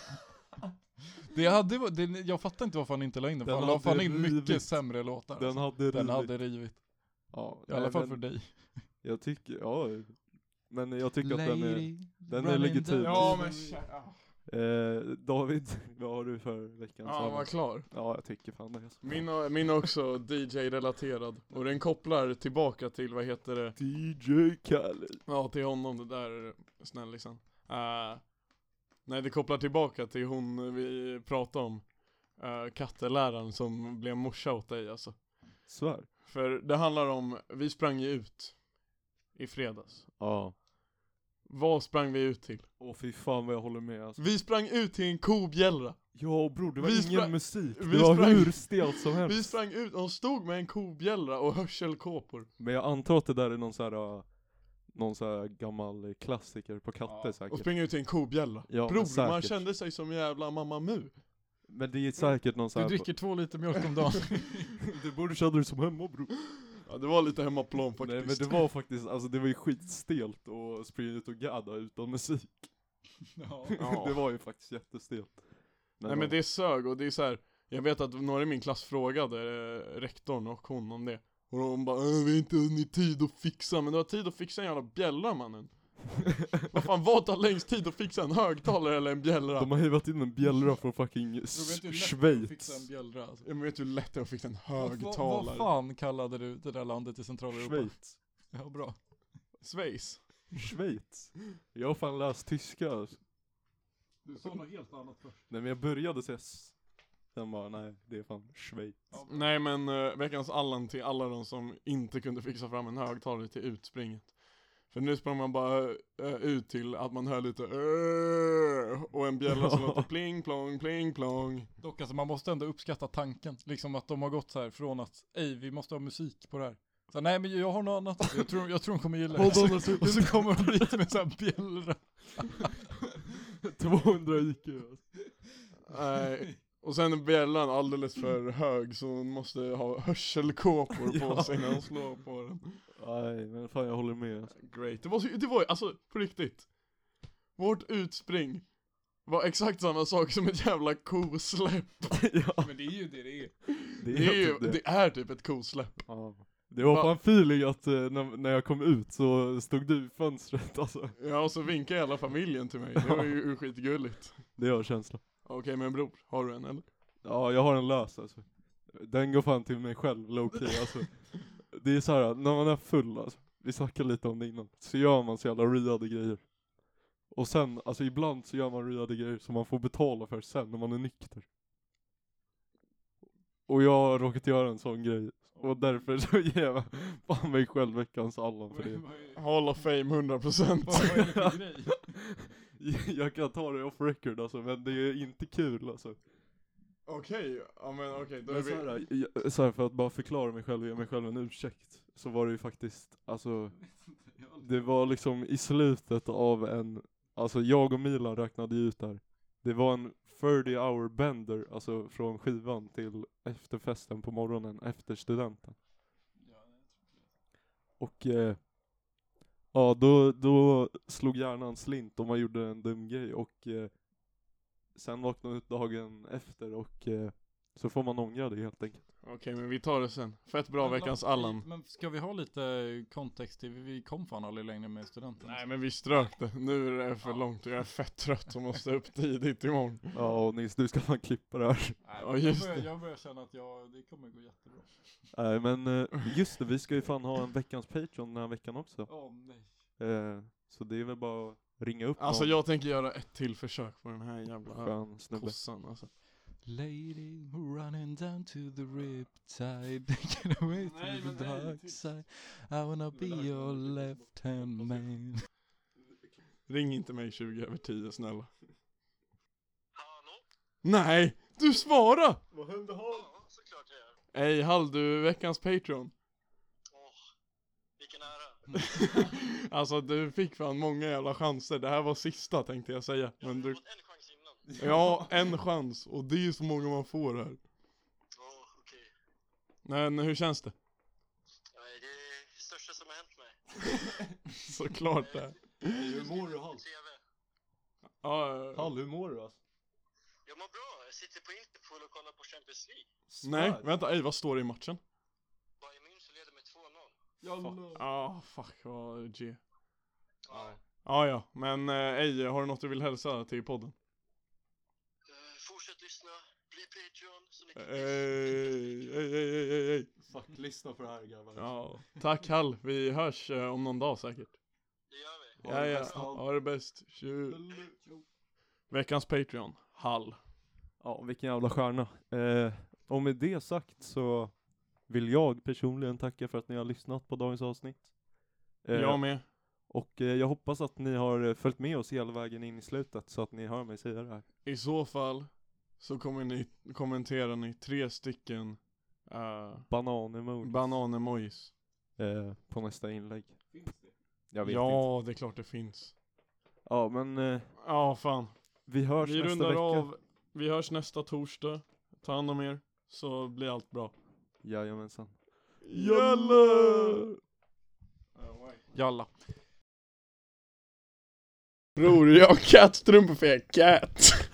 C: Jag fattar inte varför han inte la in den, för
B: Den
C: han la fan
B: hade
C: in mycket
B: rivit.
C: sämre låtar.
B: Den
C: alltså.
B: hade
C: Den
B: rivit.
C: hade rivit.
B: Ja,
C: I alla
B: nej,
C: fall
B: men
C: för dig.
B: Jag tycker, ja. Men jag tycker att den är
C: running
B: legitim.
C: down.
A: Ja men
B: David, vad har du för veckans
A: ja,
B: Allan?
A: var klar.
B: Ja, jag tycker fan det. Alltså.
A: Min är också DJ-relaterad. Och den kopplar tillbaka till, vad heter det?
B: DJ Khaled.
A: Ja, till honom, det där snällisen. Nej, det kopplar tillbaka till hon vi pratade om. Katteläraren som blev morsa åt dig alltså.
B: Svär.
A: För det handlar om, vi sprang ju ut i fredags.
B: Ja.
A: Vad sprang vi ut till?
B: Åh fy fan vad jag håller med alltså.
A: Vi sprang ut till en kobjällra.
B: Ja bror, det var
A: Vi
B: ingen
A: sprang-
B: musik. Det
A: vi
B: var
A: sprang-
B: hur stelt som helst.
A: Vi sprang ut, och stod med en kobjällra och hörselkåpor.
B: Men jag antar att det där är någon så här gammal klassiker på katter
C: Ja,
B: säkert.
A: Och springa ut till en kobjällra.
B: Ja, men
A: Bror, man
B: säkert.
A: kände sig som jävla mamma Mu.
B: Men det är säkert någon så
C: Du
B: här.
C: dricker 2 liter mjölk om dagen.
B: Du borde känna dig som hemma bror.
A: Ja, det var lite hemmaplan faktiskt.
B: Nej men det var faktiskt, alltså det var ju skitstelt att springa ut och gadda utan musik.
C: Ja.
A: Ja.
B: Det var ju faktiskt jättestelt.
A: Nej men det sög, och det är så här. Jag vet att några i min klass frågade rektorn och hon om det. Och de bara, vi har inte hunnit tid att fixa. Men det var tid att fixa en jävla bjällra, mannen. Vad tar längst tid att fixa, en högtalare eller en bjällra?
B: De har hivat in en bjällra från fucking Schweiz.
C: Alltså.
A: Jag vet hur lätt det är att fixa en
C: Vad
A: högtalare.
C: fan kallade du det där landet i Centraleuropa?
B: Schweiz.
C: Ja, bra.
A: Schweiz.
B: Schweiz. Jag har fan läst tyska alltså.
C: Du sa något helt annat först.
B: Nej men jag började säga sen bara, nej det är fan Schweiz.
A: Nej men veckans Allan till alla de som inte kunde fixa fram en högtalare till utspringet. För nu sprang man bara ut till att man hör lite och en bjällra som låter pling plong pling plong.
C: Dock alltså man måste ändå uppskatta tanken. Liksom att de har gått så här från att vi måste ha musik på det här. Så nej men jag har något annat. Jag tror de kommer gilla det. Och så kommer de dit med så här bjällra.
B: 200 IQ alltså.
A: Nej. Och sen är bjällan alldeles för hög så hon måste ha hörselkåpor på sig när hon slår på den.
B: Nej men fan jag håller med alltså.
A: Great. Det var alltså på riktigt. Vårt utspring var exakt samma sak som ett jävla kosläpp.
B: Ja.
C: Men det är ju det är.
A: Det är typ ett kosläpp.
B: Ja. Det var fan feeling att när jag kom ut så stod du i fönstret alltså.
A: Ja, och så vinkade hela familjen till mig. Det var ju skitgulligt.
B: Det har känslan.
A: Okej, men bror, har du en eller?
B: Ja, jag har en lös alltså. Den går fan till mig själv, low key alltså. Det är så här, när man är full alltså. Vi snackade lite om det innan. Så gör man så jävla reade grejer. Och sen, alltså ibland så gör man reade grejer som man får betala för sen när man är nykter. Och jag har råkat göra en sån grej. Och därför så ger jag fan mig själv veckans Allan för det.
A: Hall of Fame 100%.
C: Vad är det för grej?
B: Jag kan ta det off record alltså, men det är inte kul alltså.
A: Okej, ja men okej, då är
B: Men
A: vi...
B: så här, för att bara förklara mig själv och ge mig själv en ursäkt. Så var det ju faktiskt, alltså. Det var liksom i slutet av en, alltså jag och Milan räknade ut där. Det var en 30-hour bender, alltså från skivan till efterfesten på morgonen efter studenten. Och ja, då slog hjärnan slint och man gjorde en dum grej. Och sen vaknade ut dagen efter och så får man ångra det helt enkelt.
A: Okej, men vi tar det sen. Fett bra veckans Allan.
C: Men ska vi ha lite kontext till, vi kom fan aldrig längre med studenten.
A: Nej, men vi strök det. Nu är det för långt och jag är fett trött och måste upp tidigt imorgon.
B: Ja, och Nils, du ska fan klippa det här.
A: Ja, just det.
C: Jag börjar känna att det kommer gå jättebra.
B: Nej, men just det, vi ska ju fan ha en veckans Patreon den här veckan också.
C: Nej.
B: Så det är väl bara att ringa upp
A: Alltså
B: någon
A: jag tänker göra ett till försök på den här jävla
B: skön snubbe.
A: kossan alltså.
C: Lady running down to the riptide, get away to the dark side. I wanna be your left hand man.
A: Ring inte mig 20:10 snälla.
E: Hallå?
A: Nej, du svarar!
B: Vad hände
E: Ja, såklart jag gör.
A: Ej, Hall, du är veckans Patreon.
E: Vilken ära.
A: Alltså du fick fan många jävla chanser. Det här var sista tänkte jag säga.
E: Jag
A: Men
E: har
A: du...
E: fått en chans innan.
A: Ja, en chans. Och det är så många man får här.
E: Okej.
A: Men hur känns det?
E: Ja, det är det största som har hänt mig.
A: Såklart det.
B: Hur mår du, Hall?
E: TV.
A: Ja,
B: Hall, hur mår du alltså?
E: Jag mår bra. Jag sitter på Interpol och kollar på Champions League.
A: nej, vänta, ej, vad står det i matchen?
E: Bayern München leder med 2-0.
A: Ja, fuck, vad G.
E: Ja.
A: Ja, men ej, har du något du vill hälsa till podden?
E: Fortsätt lyssna. Bli Patreon så ni kan...
A: Ej.
B: Fuck, lyssna på det här grabbar.
A: Ja, tack Hall, vi hörs om någon dag säkert.
E: Det gör vi.
A: Ja, ha det bäst. Tju. Veckans Patreon, Hall.
B: Ja, vilken jävla stjärna. Och med det sagt så vill jag personligen tacka för att ni har lyssnat på dagens avsnitt.
A: Jag med.
B: Och jag hoppas att ni har följt med oss hela vägen in i slutet så att ni hör mig säga det här.
A: I så fall så kommenterar ni 3 stycken banan-emojis
B: på nästa inlägg. Jag vet
A: ja,
B: inte.
A: det är klart det finns.
B: Ja, men
A: Ja, fan.
B: vi hörs
A: Vi
B: nästa
A: rundar
B: vecka.
A: av. Vi hörs nästa torsdag. Ta hand om er så blir allt bra.
B: Jajamensan.
A: Jalla!
C: Jalla.
A: Bror, jag har kattstrumpor för jag är cat.